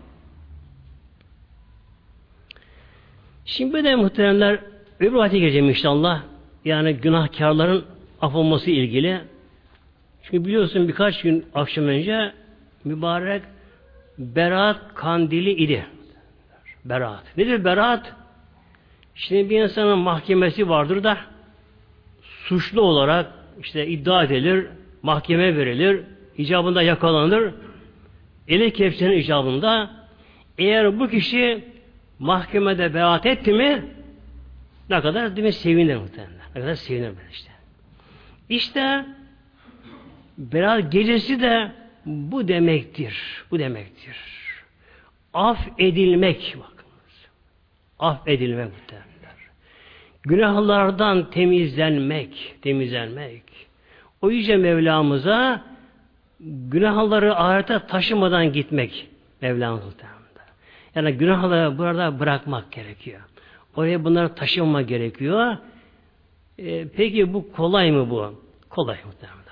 Şimdi de muhteremler öbür ayete gireceğim inşallah. Yani günahkarların af olması ilgili. Çünkü biliyorsun birkaç gün akşam önce mübarek Berat kandili idi. Berat. Nedir Berat? Şimdi bir insanın mahkemesi vardır da suçlu olarak işte iddia edilir, mahkeme verilir, icabında yakalanır. Eli kepçenin icabında eğer bu kişi mahkemede beraat etti mi ne kadar değil mi sevinir muhtemelen. Ne kadar sevinir ben işte. İşte beraat gecesi de bu demektir. Bu demektir. Af edilmek bakınız. Af edilmek muhtemelen. Günahlardan temizlenmek, temizlenmek. O yüce Mevlamıza günahları ahirete taşımadan gitmek Mevlamız muhtemelen. Yani günahları burada bırakmak gerekiyor. Oraya bunları taşımamak gerekiyor. Ee, peki bu kolay mı bu? Kolay muhtemelen.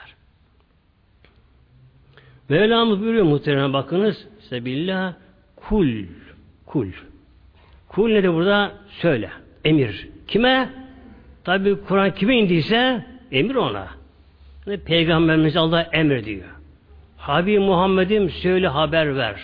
Mevlamız buyuruyor muhtemelen bakınız. Sebillah kul. Kul. Kul nedir burada? Söyle. Emir. Kime? Tabi Kur'an kime indiyse emir ona. Yani Peygamberimiz Allah emir diyor. Habib Muhammed'im söyle haber ver.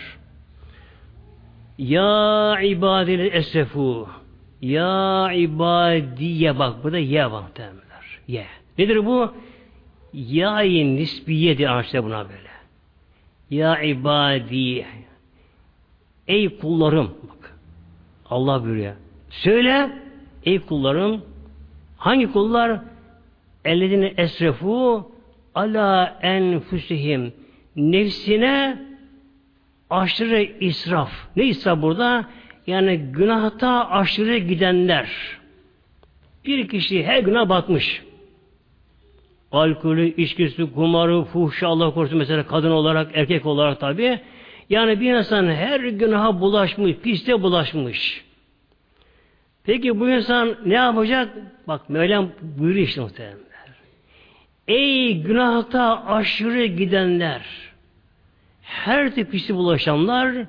Ya ibadil esrefu. Ya ibadiye bak burada ye var derler. Ye. Nedir bu? Ya-i nisbiyedir araçta buna böyle. Ya ibadi. Ey kullarım. Bak. Allah buyuruyor. Söyle ey kullarım. Hangi kullar? Ellezine esrefu ala enfusihim. Nefsine aşırı israf. Ne israf burada? Yani günahta aşırı gidenler. Bir kişi her günah batmış. Alkolü, içkisi, kumarı, fuhşu, Allah korusun mesela kadın olarak, erkek olarak tabi. Yani bir insan her günaha bulaşmış, piste bulaşmış. Peki bu insan ne yapacak? Bak Mevlam buyuruyor işte muhtemelen. Ey günahta aşırı gidenler, her tip pisi bulaşanlar,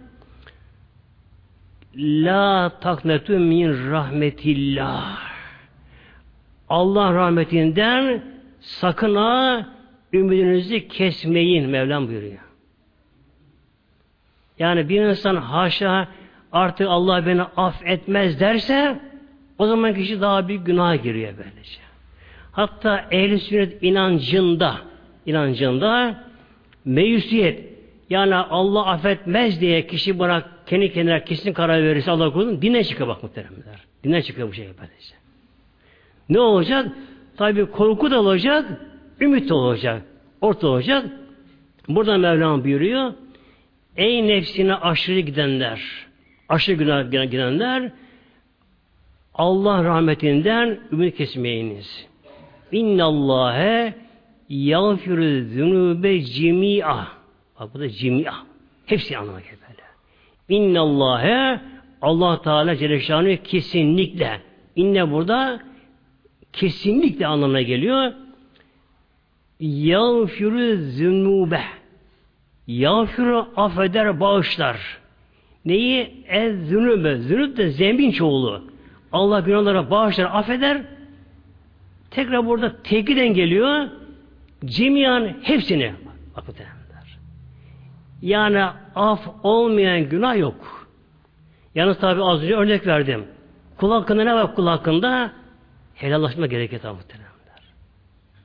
la taknetu min rahmetillah. Allah rahmetinden sakın ha ümidinizi kesmeyin Mevlam buyuruyor. Yani bir insan haşa artık Allah beni affetmez derse o zaman kişi daha büyük günaha giriyor böylece. Hatta ehl-i sünnet inancında inancında meyusiyet yani Allah affetmez diye kişi bırak kendi kendine kesin karar verirse Allah korusun dine çıkıyor bak muhteremler. Dine çıkıyor bu şey böylece. Ne olacak? Tabi korku da olacak, ümit de olacak, orta olacak. Burada Mevlam buyuruyor, ey nefsine aşırı gidenler, aşırı günah gidenler, Allah rahmetinden ümit kesmeyiniz. İnnallâhe yağfirü zünûbe cimî'a. Bak bu da cimî'a. Hepsi anlamak böyle. İnnallâhe Allah Teala Celle Şanı kesinlikle. İnne burada kesinlikle anlamına geliyor. Yağfirü zünûbe. Yağfirü affeder, bağışlar. Neyi? Ez-zünûbe. Zünûb de zembin çoğulu. Allah günahlara bağışlar, affeder. Tekrar burada tekiden geliyor. Cemiyan hepsini. Bak muhtemelenler. Yani af olmayan günah yok. Yalnız tabi az önce örnek verdim. Kul hakkında ne var kul hakkında? Helallaşma gerekiyor tabi muhtemelenler.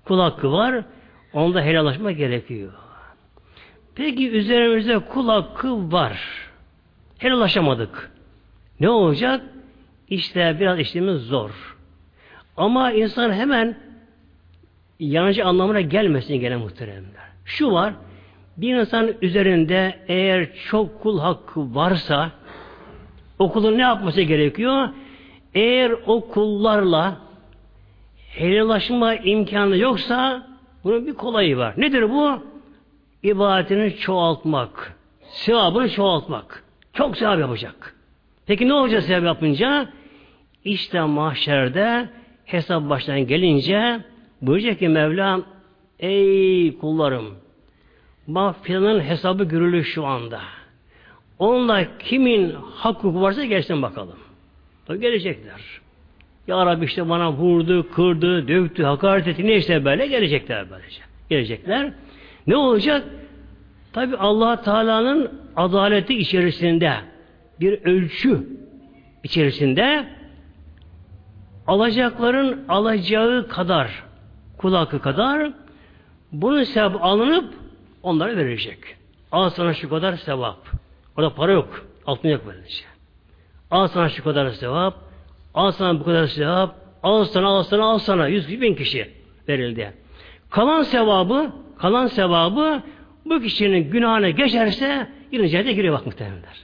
kul hakkı var. Onda helallaşma gerekiyor. Peki üzerimizde kul hakkı var. Helallaşamadık. Ne olacak? İşte biraz işlemimiz zor. Ama insan hemen yanıcı anlamına gelmesin gene muhteremler. Şu var, bir insan üzerinde eğer çok kul hakkı varsa o kulun ne yapması gerekiyor? Eğer o kullarla helallaşma imkanı yoksa bunun bir kolayı var. Nedir bu? İbadetini çoğaltmak. Sevabını çoğaltmak. Çok sevap yapacak. Peki ne olacak sevap yapınca? İşte mahşerde hesap baştan gelince buyuracak ki Mevlam, ey kullarım, bak filanın hesabı görülür şu anda. Onunla kimin hakkı varsa gelsin bakalım. Tabii gelecekler. Ya Rabbi işte bana vurdu, kırdı, döktü, hakaret etti, neyse böyle gelecekler böylece. Gelecekler. Ne olacak? Tabii Allah Teala'nın adaleti içerisinde bir ölçü içerisinde alacakların alacağı kadar, kul hakkı kadar bunun sevabı alınıp onlara verecek. Al sana şu kadar sevap. Orada para yok. Altın yok böylece. Al sana şu kadar sevap. Al sana bu kadar sevap. Al sana, al sana, al sana. Yüz bin kişi verildi. Kalan sevabı, kalan sevabı bu kişinin günahına geçerse yine cennete giriyor bak muhtemelenler.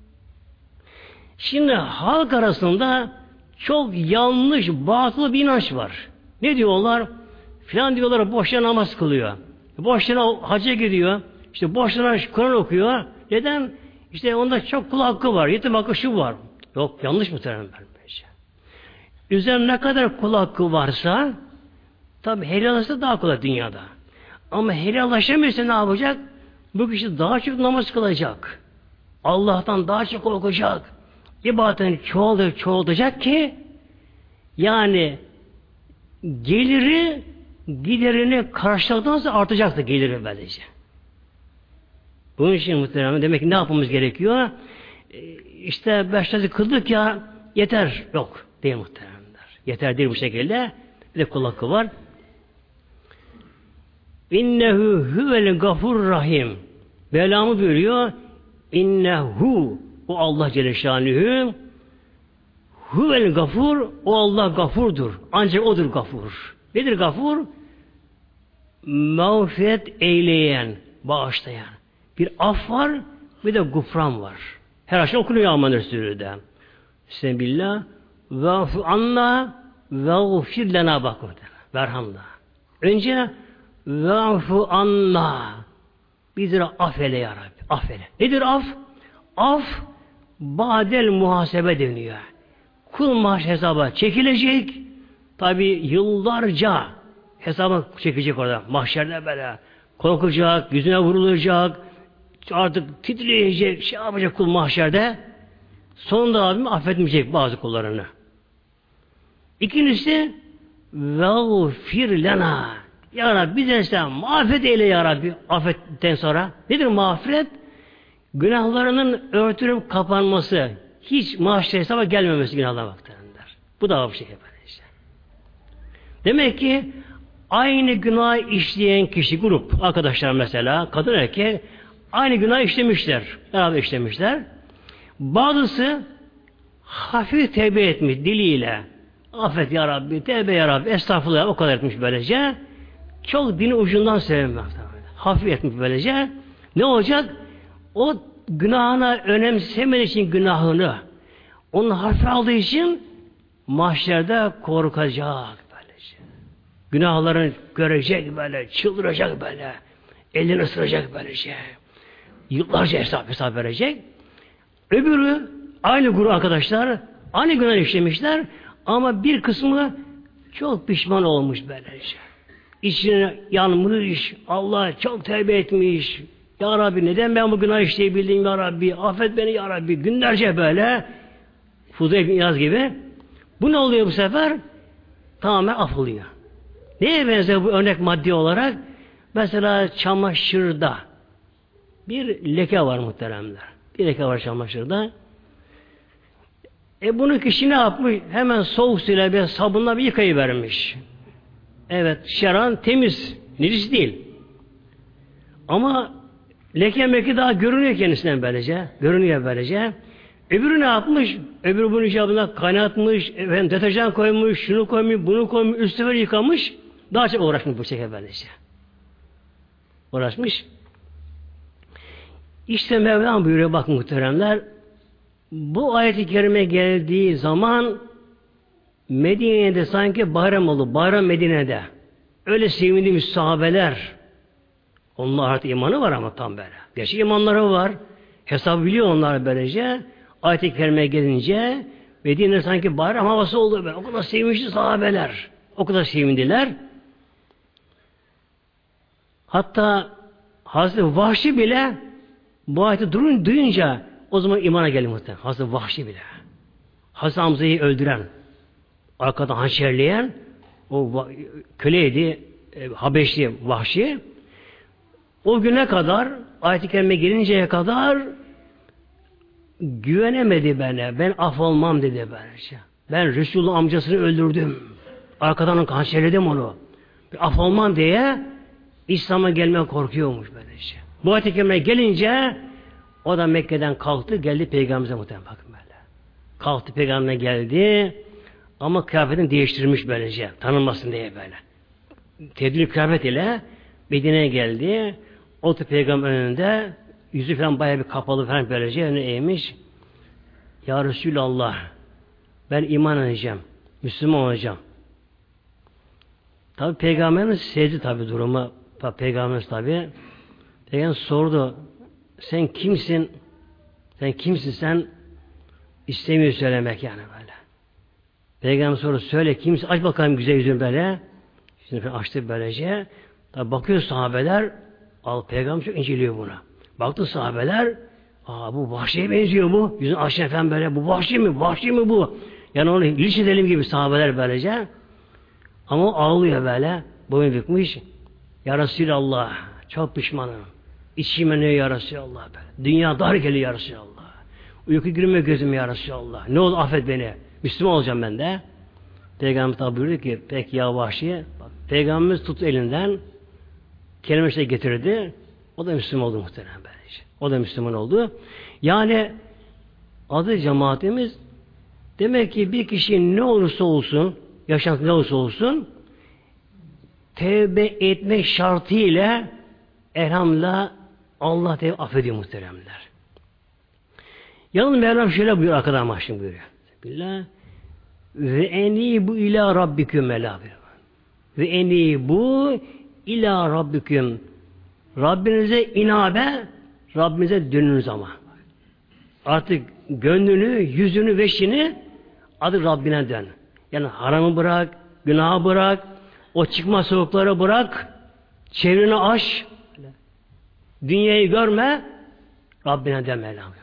Şimdi halk arasında çok yanlış, batıl bir inanç var. Ne diyorlar? Filan diyorlar boşuna namaz kılıyor. Boşuna hacca gidiyor. İşte boşuna Kur'an okuyor. Neden? İşte onda çok kul hakkı var. Yetim hakkı şu var. Yok, yanlış muhtemelen vermeyece. Üzerine ne kadar kul hakkı varsa tabi helallaşsa daha kolay dünyada. Ama helallaşamıyorsa ne yapacak? Bu kişi daha çok namaz kılacak. Allah'tan daha çok korkacak. İbadetini çoğaltacak, çoğaltacak ki yani geliri giderini karşıladıktan sonra artacaktır geliri böylece. Bunun için muhtemelen demek ki ne yapmamız gerekiyor? İşte beş namazı kıldık ya yeter. Yok değil muhtemelen. Yeter değil bu şekilde. Bir de kul hakkı var. İnnehu huvel gafur rahim. Belamı buyuruyor. İnnehu o Allah Celle Şanuhu huvel gafur o Allah gafurdur. Ancak odur gafur. Nedir gafur? Mağfiret eyleyen, bağışlayan. Bir af var, bir de gufran var. Her şey okunuyor Aman Resulü'de. Bismillah ve'fu anna ve'gfir lena bak. Verhamla. Önce ve'fu anna bizlere affeyle ya Rabbi. Affeyle. Nedir af? Af badel muhasebe deniyor. Kul maaş hesaba çekilecek. Tabi yıllarca hesaba çekecek orada. Mahşerde böyle korkacak, yüzüne vurulacak, artık titreyecek, şey yapacak kul mahşerde. Sonunda abim affetmeyecek bazı kullarını. İkincisi ve'gfir lena. Ya Rabbi bize sen mağfiret eyle ya Rabbi. Affetten sonra. Nedir mağfiret? Günahlarının örtülüp kapanması. Hiç mahşer hesaba gelmemesi günahlar vaktiler. Bu da bir şey işte. Demek ki aynı günah işleyen kişi, grup, arkadaşlar mesela, kadın erkek aynı günah işlemişler. Beraber işlemişler. Bazısı hafif tevbe etmiş diliyle. Affet ya Rabbi, tevbe ya Rabbi, estağfurullah o kadar etmiş böylece. Çok dini ucundan sevmek. Hafif etmiş böylece. Ne olacak? O günahına önemsemediği için günahını, onun hafife aldığı için mahşerde korkacak böylece. Günahlarını görecek böyle, çıldıracak böyle, elini ısıracak böylece. Yıllarca hesap hesap verecek. Öbürü aynı grup arkadaşlar aynı günah işlemişler ama bir kısmı çok pişman olmuş böylece. İçine yanmış, Allah çok tevbe etmiş. Ya Rabbi neden ben bu günah işleyebildim ya Rabbi? Affet beni ya Rabbi. Günlerce böyle Fuzeyl bin İyaz gibi. Bu ne oluyor bu sefer? Tamamen affolıyor. Neye benziyor bu örnek maddi olarak? Mesela çamaşırda bir leke var muhteremler. Bir leke var çamaşırda. E bunu kişi ne yapmış? Hemen soğuk suyla bir sabunla bir yıkayıvermiş. Evet, şeran temiz, necis değil. Ama leke meki daha görünüyor kendisinden böylece. Görünüyor böylece. Öbürü ne yapmış? Öbürü bunun icabına kaynatmış, efendim, deterjan koymuş, şunu koymuş, bunu koymuş, üstüne yıkamış. Daha çok uğraşmış bu şekilde böylece. Uğraşmış. İşte Mevlam buyuruyor, bakın muhteremler, bu ayet-i kerime geldiği zaman Medine'de sanki bayram oldu. Bayram Medine'de. Öyle sevindi sahabeler. Onlar artık imanı var ama tam böyle. Gerçi imanları var. Hesabı biliyor onlar böylece. Ayet-i kerime gelince Medine'de sanki bayram havası oldu. Böyle. O kadar sevinçli sahabeler. O kadar sevindiler. Hatta Hazreti Vahşi bile bu ayeti durun duyunca o zaman imana geldi muhtemelen. Hazreti Vahşi bile. Hazreti Hamza'yı öldüren, arkadan hançerleyen o köleydi, e, Habeşli Vahşi. O güne kadar, ayet-i kerime gelinceye kadar güvenemedi bana. Ben af olmam dedi böylece. Ben Resulullah amcasını öldürdüm. Arkadan hançerledim onu. Af olmam diye İslam'a gelmeye korkuyormuş böylece. Bu ayet-i kerime gelince o da Mekke'den kalktı, geldi Peygamber'e muhtemelen, bakın böyle. Kalktı Peygamber'e geldi ama kıyafetini değiştirmiş böylece. Tanınmasın diye böyle. Tebdil kıyafet ile Medine'ye geldi. Otu Peygamber önünde, yüzü falan bayağı bir kapalı falan böylece önüne eğmiş. Ya Resulallah, ben iman edeceğim, Müslüman olacağım. Tabi Peygamberimiz sezdi tabi durumu. Peygamberimiz tabi. Peygamber sordu, sen kimsin? Sen kimsin sen? İstemiyor söylemek yani böyle. Peygamber soru söyle kimsin? Aç bakalım güzel yüzünü böyle. Şimdi açtı böylece. Tabi bakıyor sahabeler. Al Peygamber çok inceliyor buna. Baktı sahabeler. Aa bu Vahşi'ye benziyor bu. Yüzünü açtı efendim böyle. Bu Vahşi mi? Vahşi mi bu? Yani onu linç edelim gibi sahabeler böylece. Ama o ağlıyor böyle. Boyun bükmüş. Ya Resulallah çok pişmanım. İçime ne ya Resulallah böyle. Dünya dar geliyor ya Resulallah. Uyku girmiyor gözüm ya Resulallah. Ne olur affet beni. Müslüman olacağım ben de. Peygamber tabi buyurdu ki pek ya Vahşi. Bak, Peygamberimiz tuttu elinden. Kelime-i getirdi. O da Müslüman oldu muhtemelen böylece. O da Müslüman oldu. Yani adı cemaatimiz demek ki bir kişi ne olursa olsun, yaşantısı ne olursa olsun tevbe etmek şartıyla elhamdülillah Allah tevbe affediyor muhteremler. Yalnız Mevlam şöyle buyuruyor arkadan başım buyuruyor. Billah ve eni bu ila rabbiküm ela ve eni bu ila rabbiküm Rabbinize inabe Rabbinize dönünüz ama. Artık gönlünü, yüzünü, veşini adı Rabbine dön. Yani haramı bırak, günahı bırak, o çıkma soğukları bırak, çevreni aş, dünyayı görme, Rabbine dön Mevlam.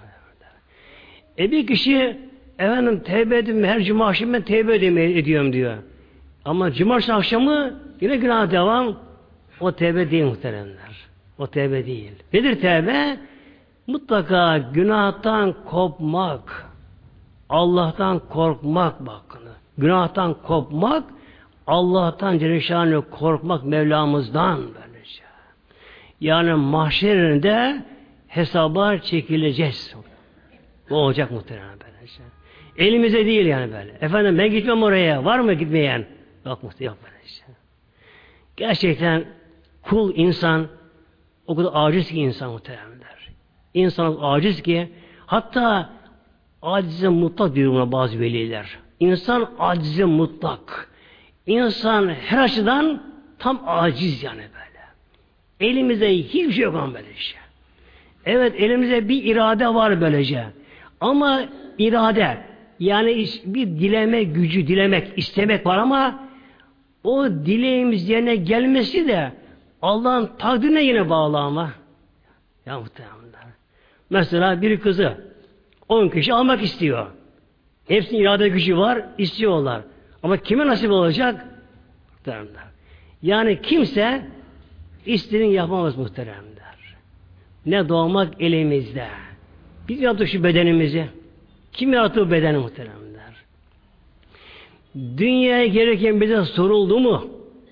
E bir kişi efendim tevbe edeyim, her cuma akşamı ben tevbe ediyorum diyor. Ama cumartesi akşamı yine günah devam. O tevbe değil muhteremler. O tevbe değil. Nedir tevbe? Mutlaka günahtan kopmak. Allah'tan korkmak bakın. Günahtan kopmak, Allah'tan Celle korkmak Mevlamızdan böylece. Yani mahşerinde hesaba çekileceğiz. Bu olacak muhtemelen böylece. Elimize değil yani böyle. Efendim ben gitmem oraya. Var mı gitmeyen? Yok muhtemelen yok böylece. Gerçekten kul insan o kadar aciz ki insan muhtemelenler. İnsan aciz ki hatta acize mutlak diyor buna bazı veliler. İnsan acize mutlak. İnsan her açıdan tam aciz yani böyle. Elimizde hiçbir şey yok ama böylece. Evet elimizde bir irade var böylece. Ama irade yani bir dileme gücü, dilemek, istemek var ama o dileğimiz yerine gelmesi de Allah'ın takdirine yine bağlı ama. Ya muhtemelen. Mesela bir kızı on kişi almak istiyor. Hepsinin irade gücü var, istiyorlar. Ama kime nasip olacak? Muhtemelen. Yani kimse istediğini yapamaz muhteremler. Ne doğmak elimizde. Biz yaptık şu bedenimizi. Kim yarattı bu bedeni muhteremler? Dünyaya gelirken bize soruldu mu?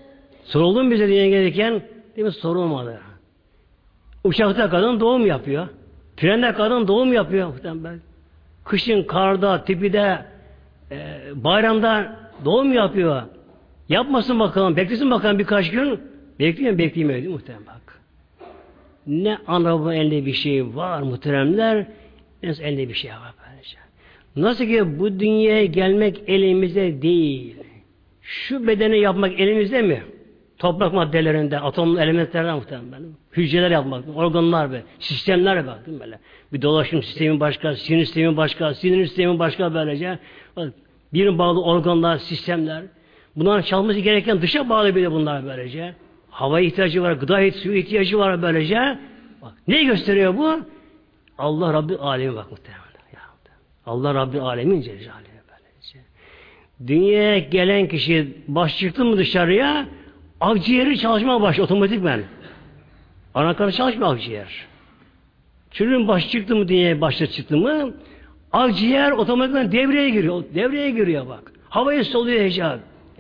Soruldu mu bize dünyaya gelirken? Değil mi? Sorulmadı. Uçakta kadın doğum yapıyor. Trende kadın doğum yapıyor. Kışın karda, tipide, e, bayramda doğum yapıyor. Yapmasın bakalım, beklesin bakalım birkaç gün. Bekleyin, bekleyemiyor değil mi muhtemelen bak. Ne ana bu elde bir şey var muhteremler, nasıl elde bir şey var böylece. Nasıl ki bu dünyaya gelmek elimizde değil. Şu bedeni yapmak elimizde mi? Toprak maddelerinden, atom elementlerden muhtemelen. Hücreler yapmak, organlar ve sistemler bak değil mi böyle? Bir dolaşım sistemi başka, sinir sistemi başka, sinir sistemi başka böylece. Bir bağlı organlar, sistemler. Bunların çalması gereken dışa bağlı bir de bunlar böylece. Hava ihtiyacı var, gıda suyu ihtiyacı var böylece. Bak, ne gösteriyor bu? Allah Rabbi Alemi bak muhtemelen. Allah Rabbi Alemin Celle böylece. Dünyaya gelen kişi baş çıktı mı dışarıya, akciğeri çalışmaya başlıyor otomatikmen. Anakarı çalışmıyor akciğer. Çocuğun baş çıktı mı dünyaya başta çıktı mı, akciğer otomatikmen devreye giriyor. Devreye giriyor bak. Havayı soluyor hecab.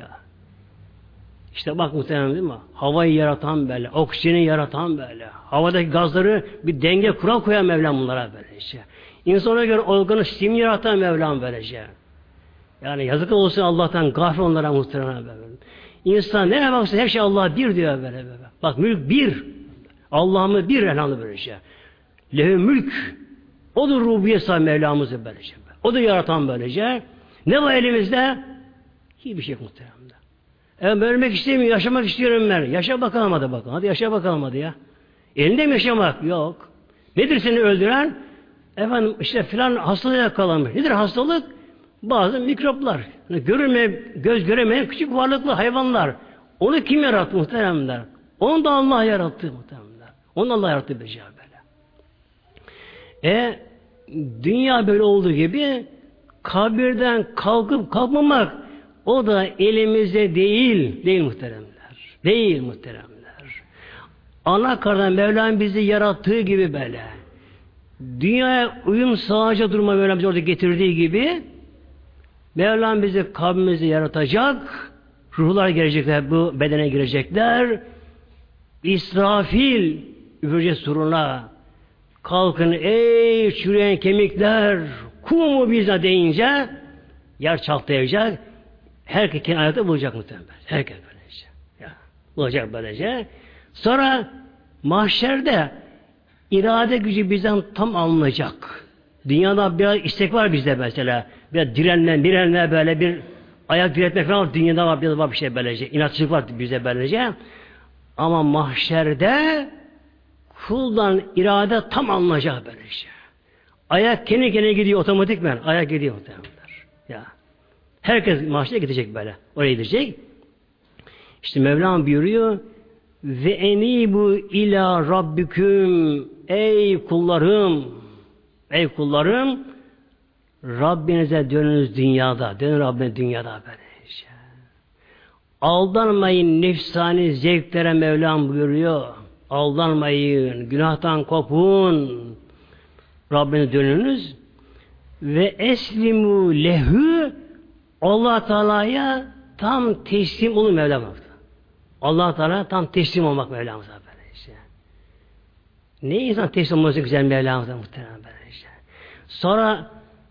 İşte bak muhtemelen değil mi? Havayı yaratan böyle, oksijeni yaratan böyle, havadaki gazları bir denge kural koyan Mevlam bunlara böylece. İnsana göre organı sistemi yaratan Mevlam böylece. Yani yazık olsun Allah'tan gafil onlara muhtemelen böyle. İnsan nereye baksa her şey Allah bir diyor böyle böyle. Bak mülk bir. Allah'ımı bir elhamdülillah böylece. Lehu mülk. Odur rububiyet sahibi Mevlamızı böylece. O da yaratan böylece. Ne var elimizde? Hiçbir şey muhtemelen. Evet, ben ölmek istemiyorum, yaşamak istiyorum ben. Yaşa bakalım hadi bakalım. Hadi yaşa bakalım hadi ya. Elinde mi yaşamak? Yok. Nedir seni öldüren? Efendim işte filan hastalığa yakalanmış. Nedir hastalık? Bazı mikroplar. Yani görülme, göz göremeyen küçük varlıklı hayvanlar. Onu kim yarattı muhteremler? Onu da Allah yarattı muhteremler. Onu Allah yarattı becer böyle. E dünya böyle olduğu gibi kabirden kalkıp kalkmamak o da elimizde değil, değil muhteremler. Değil muhteremler. Ana karnından Mevlam bizi yarattığı gibi böyle. Dünyaya uyum sağlayacak duruma Mevlam bizi orada getirdiği gibi Mevlam bizi kabimizi yaratacak. Ruhlar gelecekler, bu bedene girecekler. İsrafil üfürecek suruna. Kalkın ey çürüyen kemikler, kumu bize deyince yer çatlayacak. Herkes kendini ayakta bulacak muhtemelen. Herkes böylece. Ya, bulacak böylece. Sonra mahşerde irade gücü bizden tam alınacak. Dünyada biraz istek var bizde mesela. Biraz direnme, direnme böyle bir ayak diretmek falan dünyada var, biraz var bir şey böylece. İnatçılık var bizde böylece. Ama mahşerde kuldan irade tam alınacak böylece. Ayak kendi kendine gidiyor otomatikmen. Ayak gidiyor muhtemelen. Ya. Herkes mahşere gidecek böyle. Oraya gidecek. İşte Mevlam buyuruyor ve enibu ila rabbiküm ey kullarım ey kullarım Rabbinize dönünüz dünyada. Dönün Rabbine dünyada böylece. Aldanmayın nefsani zevklere Mevlam buyuruyor. Aldanmayın. Günahtan kopun. Rabbine dönünüz ve eslimu lehu Allah Teala'ya tam teslim olun Mevlam. Allah Teala tam teslim olmak Mevlamıza böyle işte. Ne insan teslim olması güzel Mevlamıza muhtemelen böyle işte. Sonra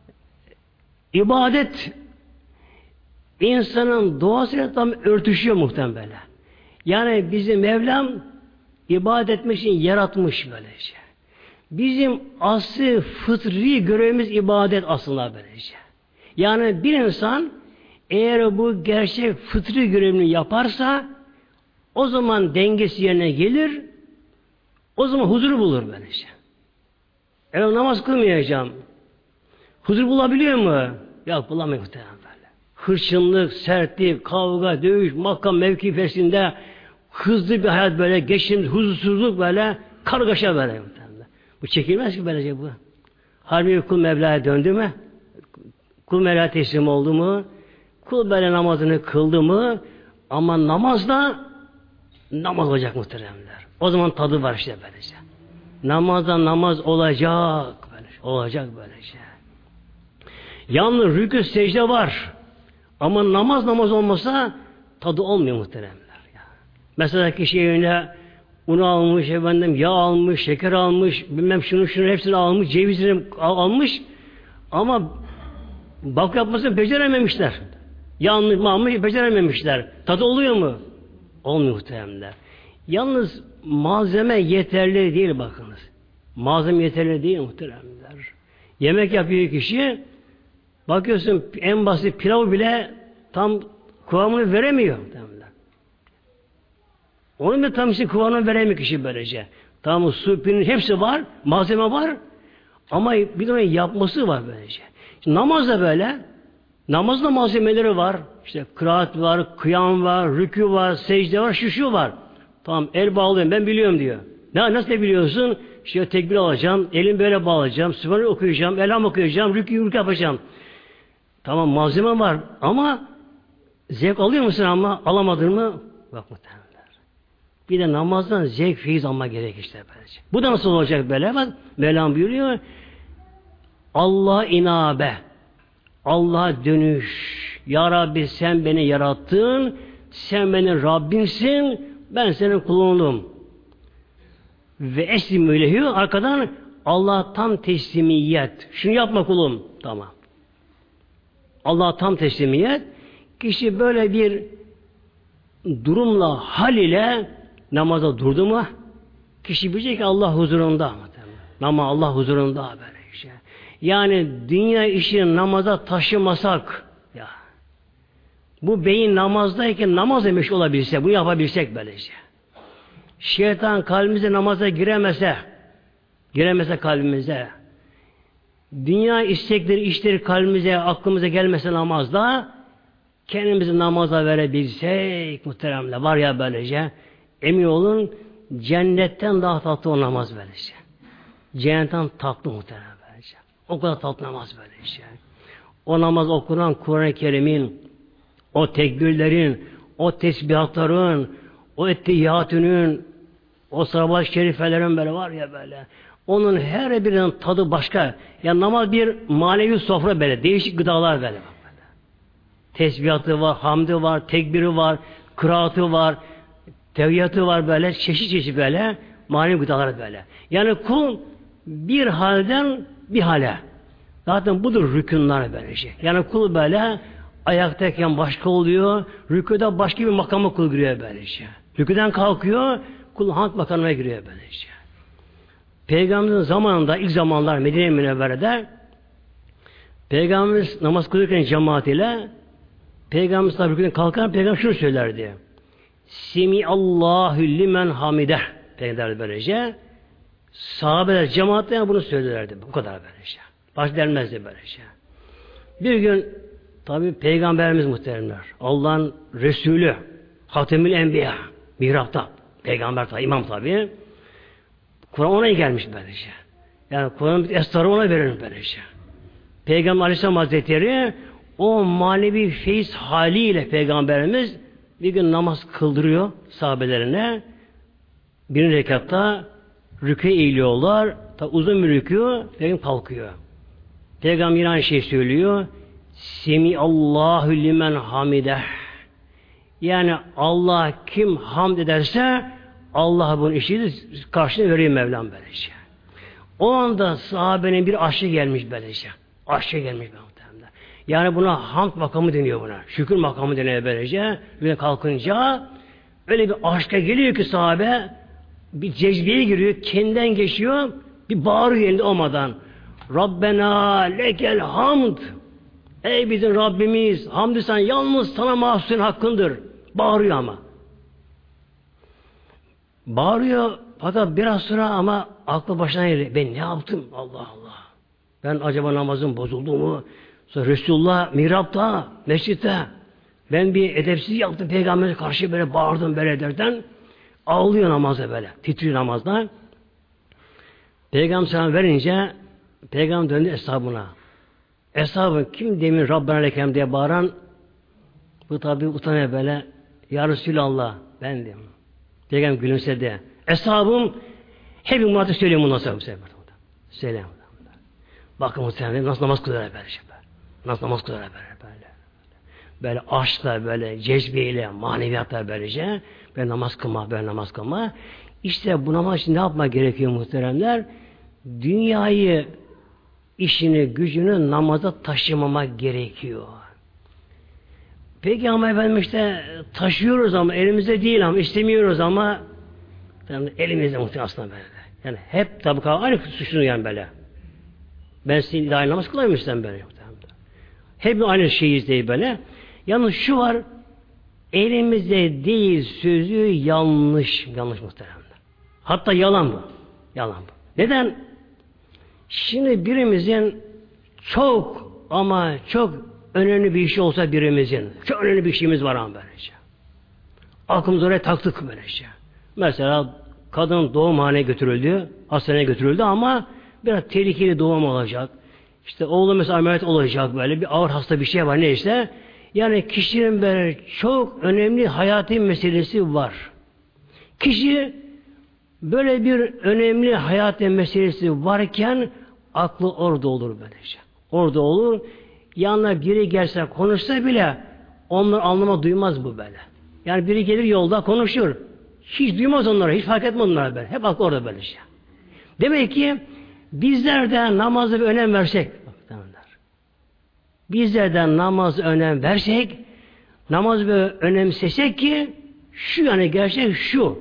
ibadet insanın doğasıyla tam örtüşüyor muhtemelen böyle. Yani bizim Mevlam ibadet etmek için yaratmış böylece. Bizim aslı fıtri görevimiz ibadet aslında böylece. Yani bir insan eğer bu gerçek fıtri görevini yaparsa o zaman dengesi yerine gelir, o zaman huzur bulur böylece. Evet namaz kılmayacağım. Huzur bulabiliyor mu? Yok bulamıyor muhtemelen böyle. Hırçınlık, sertlik, kavga, dövüş, makam mevkifesinde hızlı bir hayat böyle, geçim, huzursuzluk böyle, kargaşa böyle muhtemelen. Bu çekilmez ki böylece bu. Harbi kul Mevla'ya döndü mü? Kul Mevla'ya teslim oldu mu? Kul böyle namazını kıldı mı? Ama namazda namaz olacak muhteremler. O zaman tadı var işte böylece. Namazda namaz olacak. Böylece. Olacak böylece. Yalnız rükû secde var. Ama namaz namaz olmasa tadı olmuyor muhteremler. Ya. Mesela kişi evine un almış, efendim, yağ almış, şeker almış, bilmem şunu şunu hepsini almış, cevizini almış ama bak yapmasını becerememişler. Yanlış mı almış, becerememişler. Tadı oluyor mu? Olmuyor muhteremler. Yalnız malzeme yeterli değil bakınız. Malzeme yeterli değil muhteremler. Yemek yapıyor kişi, bakıyorsun en basit pilav bile tam kıvamını veremiyor. Onun da tam işte kıvamını veremiyor kişi böylece. Tamam, su, pirinç hepsi var, malzeme var ama bir de yapması var böylece. Şimdi namaz da böyle. Namazda malzemeleri var. İşte kıraat var, kıyam var, rükû var, secde var, şu şu var. Tamam, el bağlıyorum ben biliyorum diyor. Ne, nasıl ne biliyorsun? İşte tekbir alacağım, elim böyle bağlayacağım, Sübhanallah okuyacağım, elham okuyacağım, rükû rükû yapacağım. Tamam, malzeme var ama zevk alıyor musun ama alamadın mı? Bak muhtemelen. Bir de namazdan zevk, feyiz alma gerek işte böylece. Bu da nasıl olacak böyle? Bak Mevlam buyuruyor. Allah'a inabe. Allah'a dönüş. Ya Rabbi sen beni yarattın. Sen benim Rabbimsin. Ben senin kulunum. Ve eslim öylehü. Arkadan Allah'a tam teslimiyet. Şunu yapma kulum. Tamam. Allah'a tam teslimiyet. Kişi böyle bir durumla, hal ile namaza durdu mu kişi bilecek ki Allah huzurunda. Ama Allah huzurunda böyle işte. Yani dünya işini namaza taşımasak ya. Bu beyin namazdayken namaz demiş olabilse, bunu yapabilsek böylece. Şeytan kalbimize namaza giremese, giremese kalbimize, dünya istekleri, işleri kalbimize, aklımıza gelmese namazda, kendimizi namaza verebilsek muhteremler, var ya böylece, emin olun cennetten daha tatlı o namaz böylece. Cennetten tatlı muhterem böylece. O kadar tatlı namaz böylece. O namaz okunan Kur'an-ı Kerim'in, o tekbirlerin, o tesbihatların, o etteyyatünün, o salavat-ı şerifelerin böyle var ya böyle. Onun her birinin tadı başka. Yani namaz bir manevi sofra böyle. Değişik gıdalar böyle. Tesbihatı var, hamdi var, tekbiri var, kıraatı var, tevhiyatı var böyle, çeşit çeşit böyle, manevi gıdalar böyle. Yani kul bir halden bir hale. Zaten budur rükünler böyle şey. Yani kul böyle ayaktayken başka oluyor, rüküde başka bir makama kul giriyor böyle şey. Rüküden kalkıyor, kul hamd makamına giriyor böyle şey. Peygamberimizin zamanında, ilk zamanlar Medine-i Münevvere'de Peygamberimiz namaz kılırken cemaatiyle Peygamberimiz tabi rüküden kalkan Peygamber şunu söylerdi. Semi Allahu limen hamideh. Peygamber böylece. Sahabeler cemaatle bunu söylerlerdi. Bu kadar böylece. Baş denmezdi böylece. Bir gün tabi Peygamberimiz muhteremler. Allah'ın Resulü Hatemül Enbiya mihrapta. Peygamber tabi, imam tabi. Kur'an ona gelmiş böylece. Yani Kur'an'ın esrarı ona verir böylece. Peygamber Aleyhisselam Hazretleri o manevi feyiz haliyle Peygamberimiz bir gün namaz kıldırıyor sahabelerine. Bir rekatta rükûe eğiliyorlar. Ta uzun bir rükû, Peygamber kalkıyor. Peygamber yine aynı şey söylüyor. Semi Allahu limen hamideh. Yani Allah kim hamd ederse Allah bunun işini karşılığını veriyor Mevlam böylece. O anda sahabenin bir aşkı gelmiş böylece. Aşkı gelmiş böylece. Yani buna hamd makamı deniyor buna. Şükür makamı deniyor böylece. Böyle kalkınca öyle bir aşka geliyor ki sahabe bir cezbeye giriyor. Kendinden geçiyor. Bir bağırıyor elinde olmadan. Rabbena lekel hamd. Ey bizim Rabbimiz, hamdü sen yalnız sana mahsus hakkındır. Bağırıyor ama. Bağırıyor fakat biraz sonra ama aklı başına geliyor. Ben ne yaptım? Allah Allah. Ben acaba namazım bozuldu mu? Sonra Resulullah mihrapta, mescitte ben bir edepsiz yaptım. Peygamber'e karşı böyle bağırdım böyle derken ağlıyor namazda böyle. Titriyor namazda. Peygamber selam verince Peygamber döndü eshabına. Eshabı kim demin Rabbena lekem diye bağıran bu tabi utanıyor böyle. Ya Resulallah ben diyeyim. Peygamber gülümsedi. Eshabım hep muhatı söylüyor bundan sonra. Söyleyeyim. Bakın muhtemelen nasıl namaz kılıyorlar böyle şey. Nasıl namaz kılıyorlar böyle böyle. Böyle aşkla, böyle cezbeyle, maneviyatla böylece böyle namaz kılma, böyle namaz kılma. İşte bu namaz için ne yapmak gerekiyor muhteremler? Dünyayı, işini, gücünü namaza taşımamak gerekiyor. Peki ama efendim işte taşıyoruz ama elimizde değil ama istemiyoruz ama yani elimizde muhtemelen aslında böyle. Yani hep tabi aynı suçunu yani böyle. Ben senin ilahi namaz kılaymışsam böyle. Hep aynı şeyiz değil böyle. Yalnız şu var, elimizde değil sözü yanlış. Yanlış muhtemelen. Hatta yalan bu. Yalan bu. Neden? Şimdi birimizin çok ama çok önemli bir işi olsa birimizin, çok önemli bir işimiz var ama böylece. Aklımıza oraya taktık böylece. Mesela kadın doğumhaneye götürüldü, hastaneye götürüldü ama biraz tehlikeli doğum olacak. İşte oğlu mesela ameliyat olacak böyle, bir ağır hasta bir şey var neyse. Yani kişinin böyle çok önemli hayati meselesi var. Kişi böyle bir önemli hayati meselesi varken aklı orada olur böylece. Orada olur. Yanına biri gelse konuşsa bile onlar anlama duymaz bu böyle. Yani biri gelir yolda konuşur. Hiç duymaz onlara, hiç fark etmez onlara böyle. Hep aklı orada böylece. Demek ki bizler de namazı bir önem versek, bizler de namazı önem versek, namazı bir önemsesek ki şu yani gerçek şu.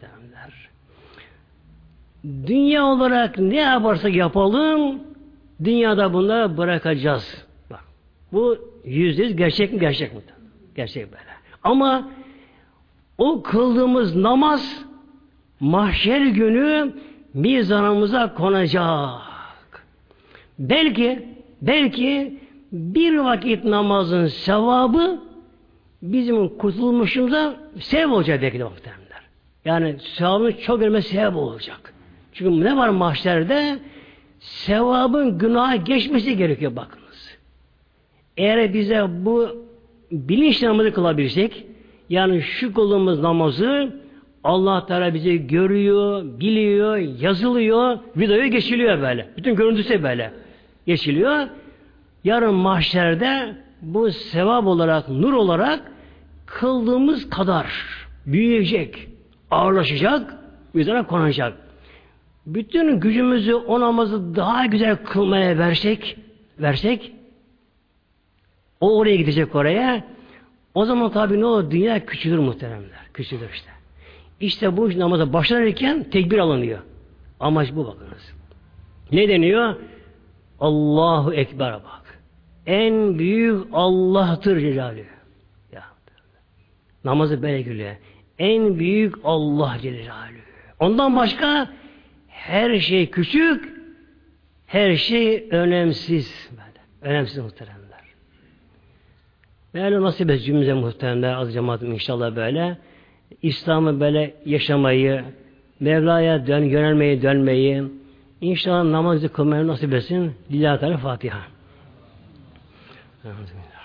Dünya olarak ne yaparsak yapalım, dünyada bunları bırakacağız. Bak, bu yüzde yüz gerçek mi? Gerçek mi? Gerçek böyle. Ama o kıldığımız namaz mahşer günü mizanımıza konacak. Belki belki bir vakit namazın sevabı bizim kurtulmuşumuza sebep olacak belki de muhtemelenler. Yani sevabın çok ölme sebep olacak. Çünkü ne var mahşerde? Sevabın günaha geçmesi gerekiyor bakınız. Eğer bize bu bilinçli namazı kılabilirsek, yani şu kılığımız namazı Allah Teala bizi görüyor, biliyor, yazılıyor, videoya geçiliyor böyle. Bütün görüntüsü böyle geçiliyor. Yarın mahşerde bu sevap olarak, nur olarak kıldığımız kadar büyüyecek, ağırlaşacak, üzerine konacak. Bütün gücümüzü o namazı daha güzel kılmaya versek, versek, o oraya gidecek oraya. O zaman tabii ne olur? Dünya küçülür muhteremler. Küçülür işte. İşte bu namaza başlanırken tekbir alınıyor. Amaç bu bakınız. Ne deniyor? Allahu Ekber bak. En büyük Allah'tır Celaluhu. Ya. Namazı böyle gülüyor. En büyük Allah Celaluhu. Ondan başka her şey küçük, her şey önemsiz. Böyle. Önemsiz muhteremler. Böyle nasip et cümlemize muhteremler, az cemaatim inşallah böyle. İslam'ı böyle yaşamayı, Mevla'ya dön, yönelmeyi, dönmeyi, inşallah namazı kılmayı nasip etsin. Lillahi Teala Fatiha. Elhamdülillah.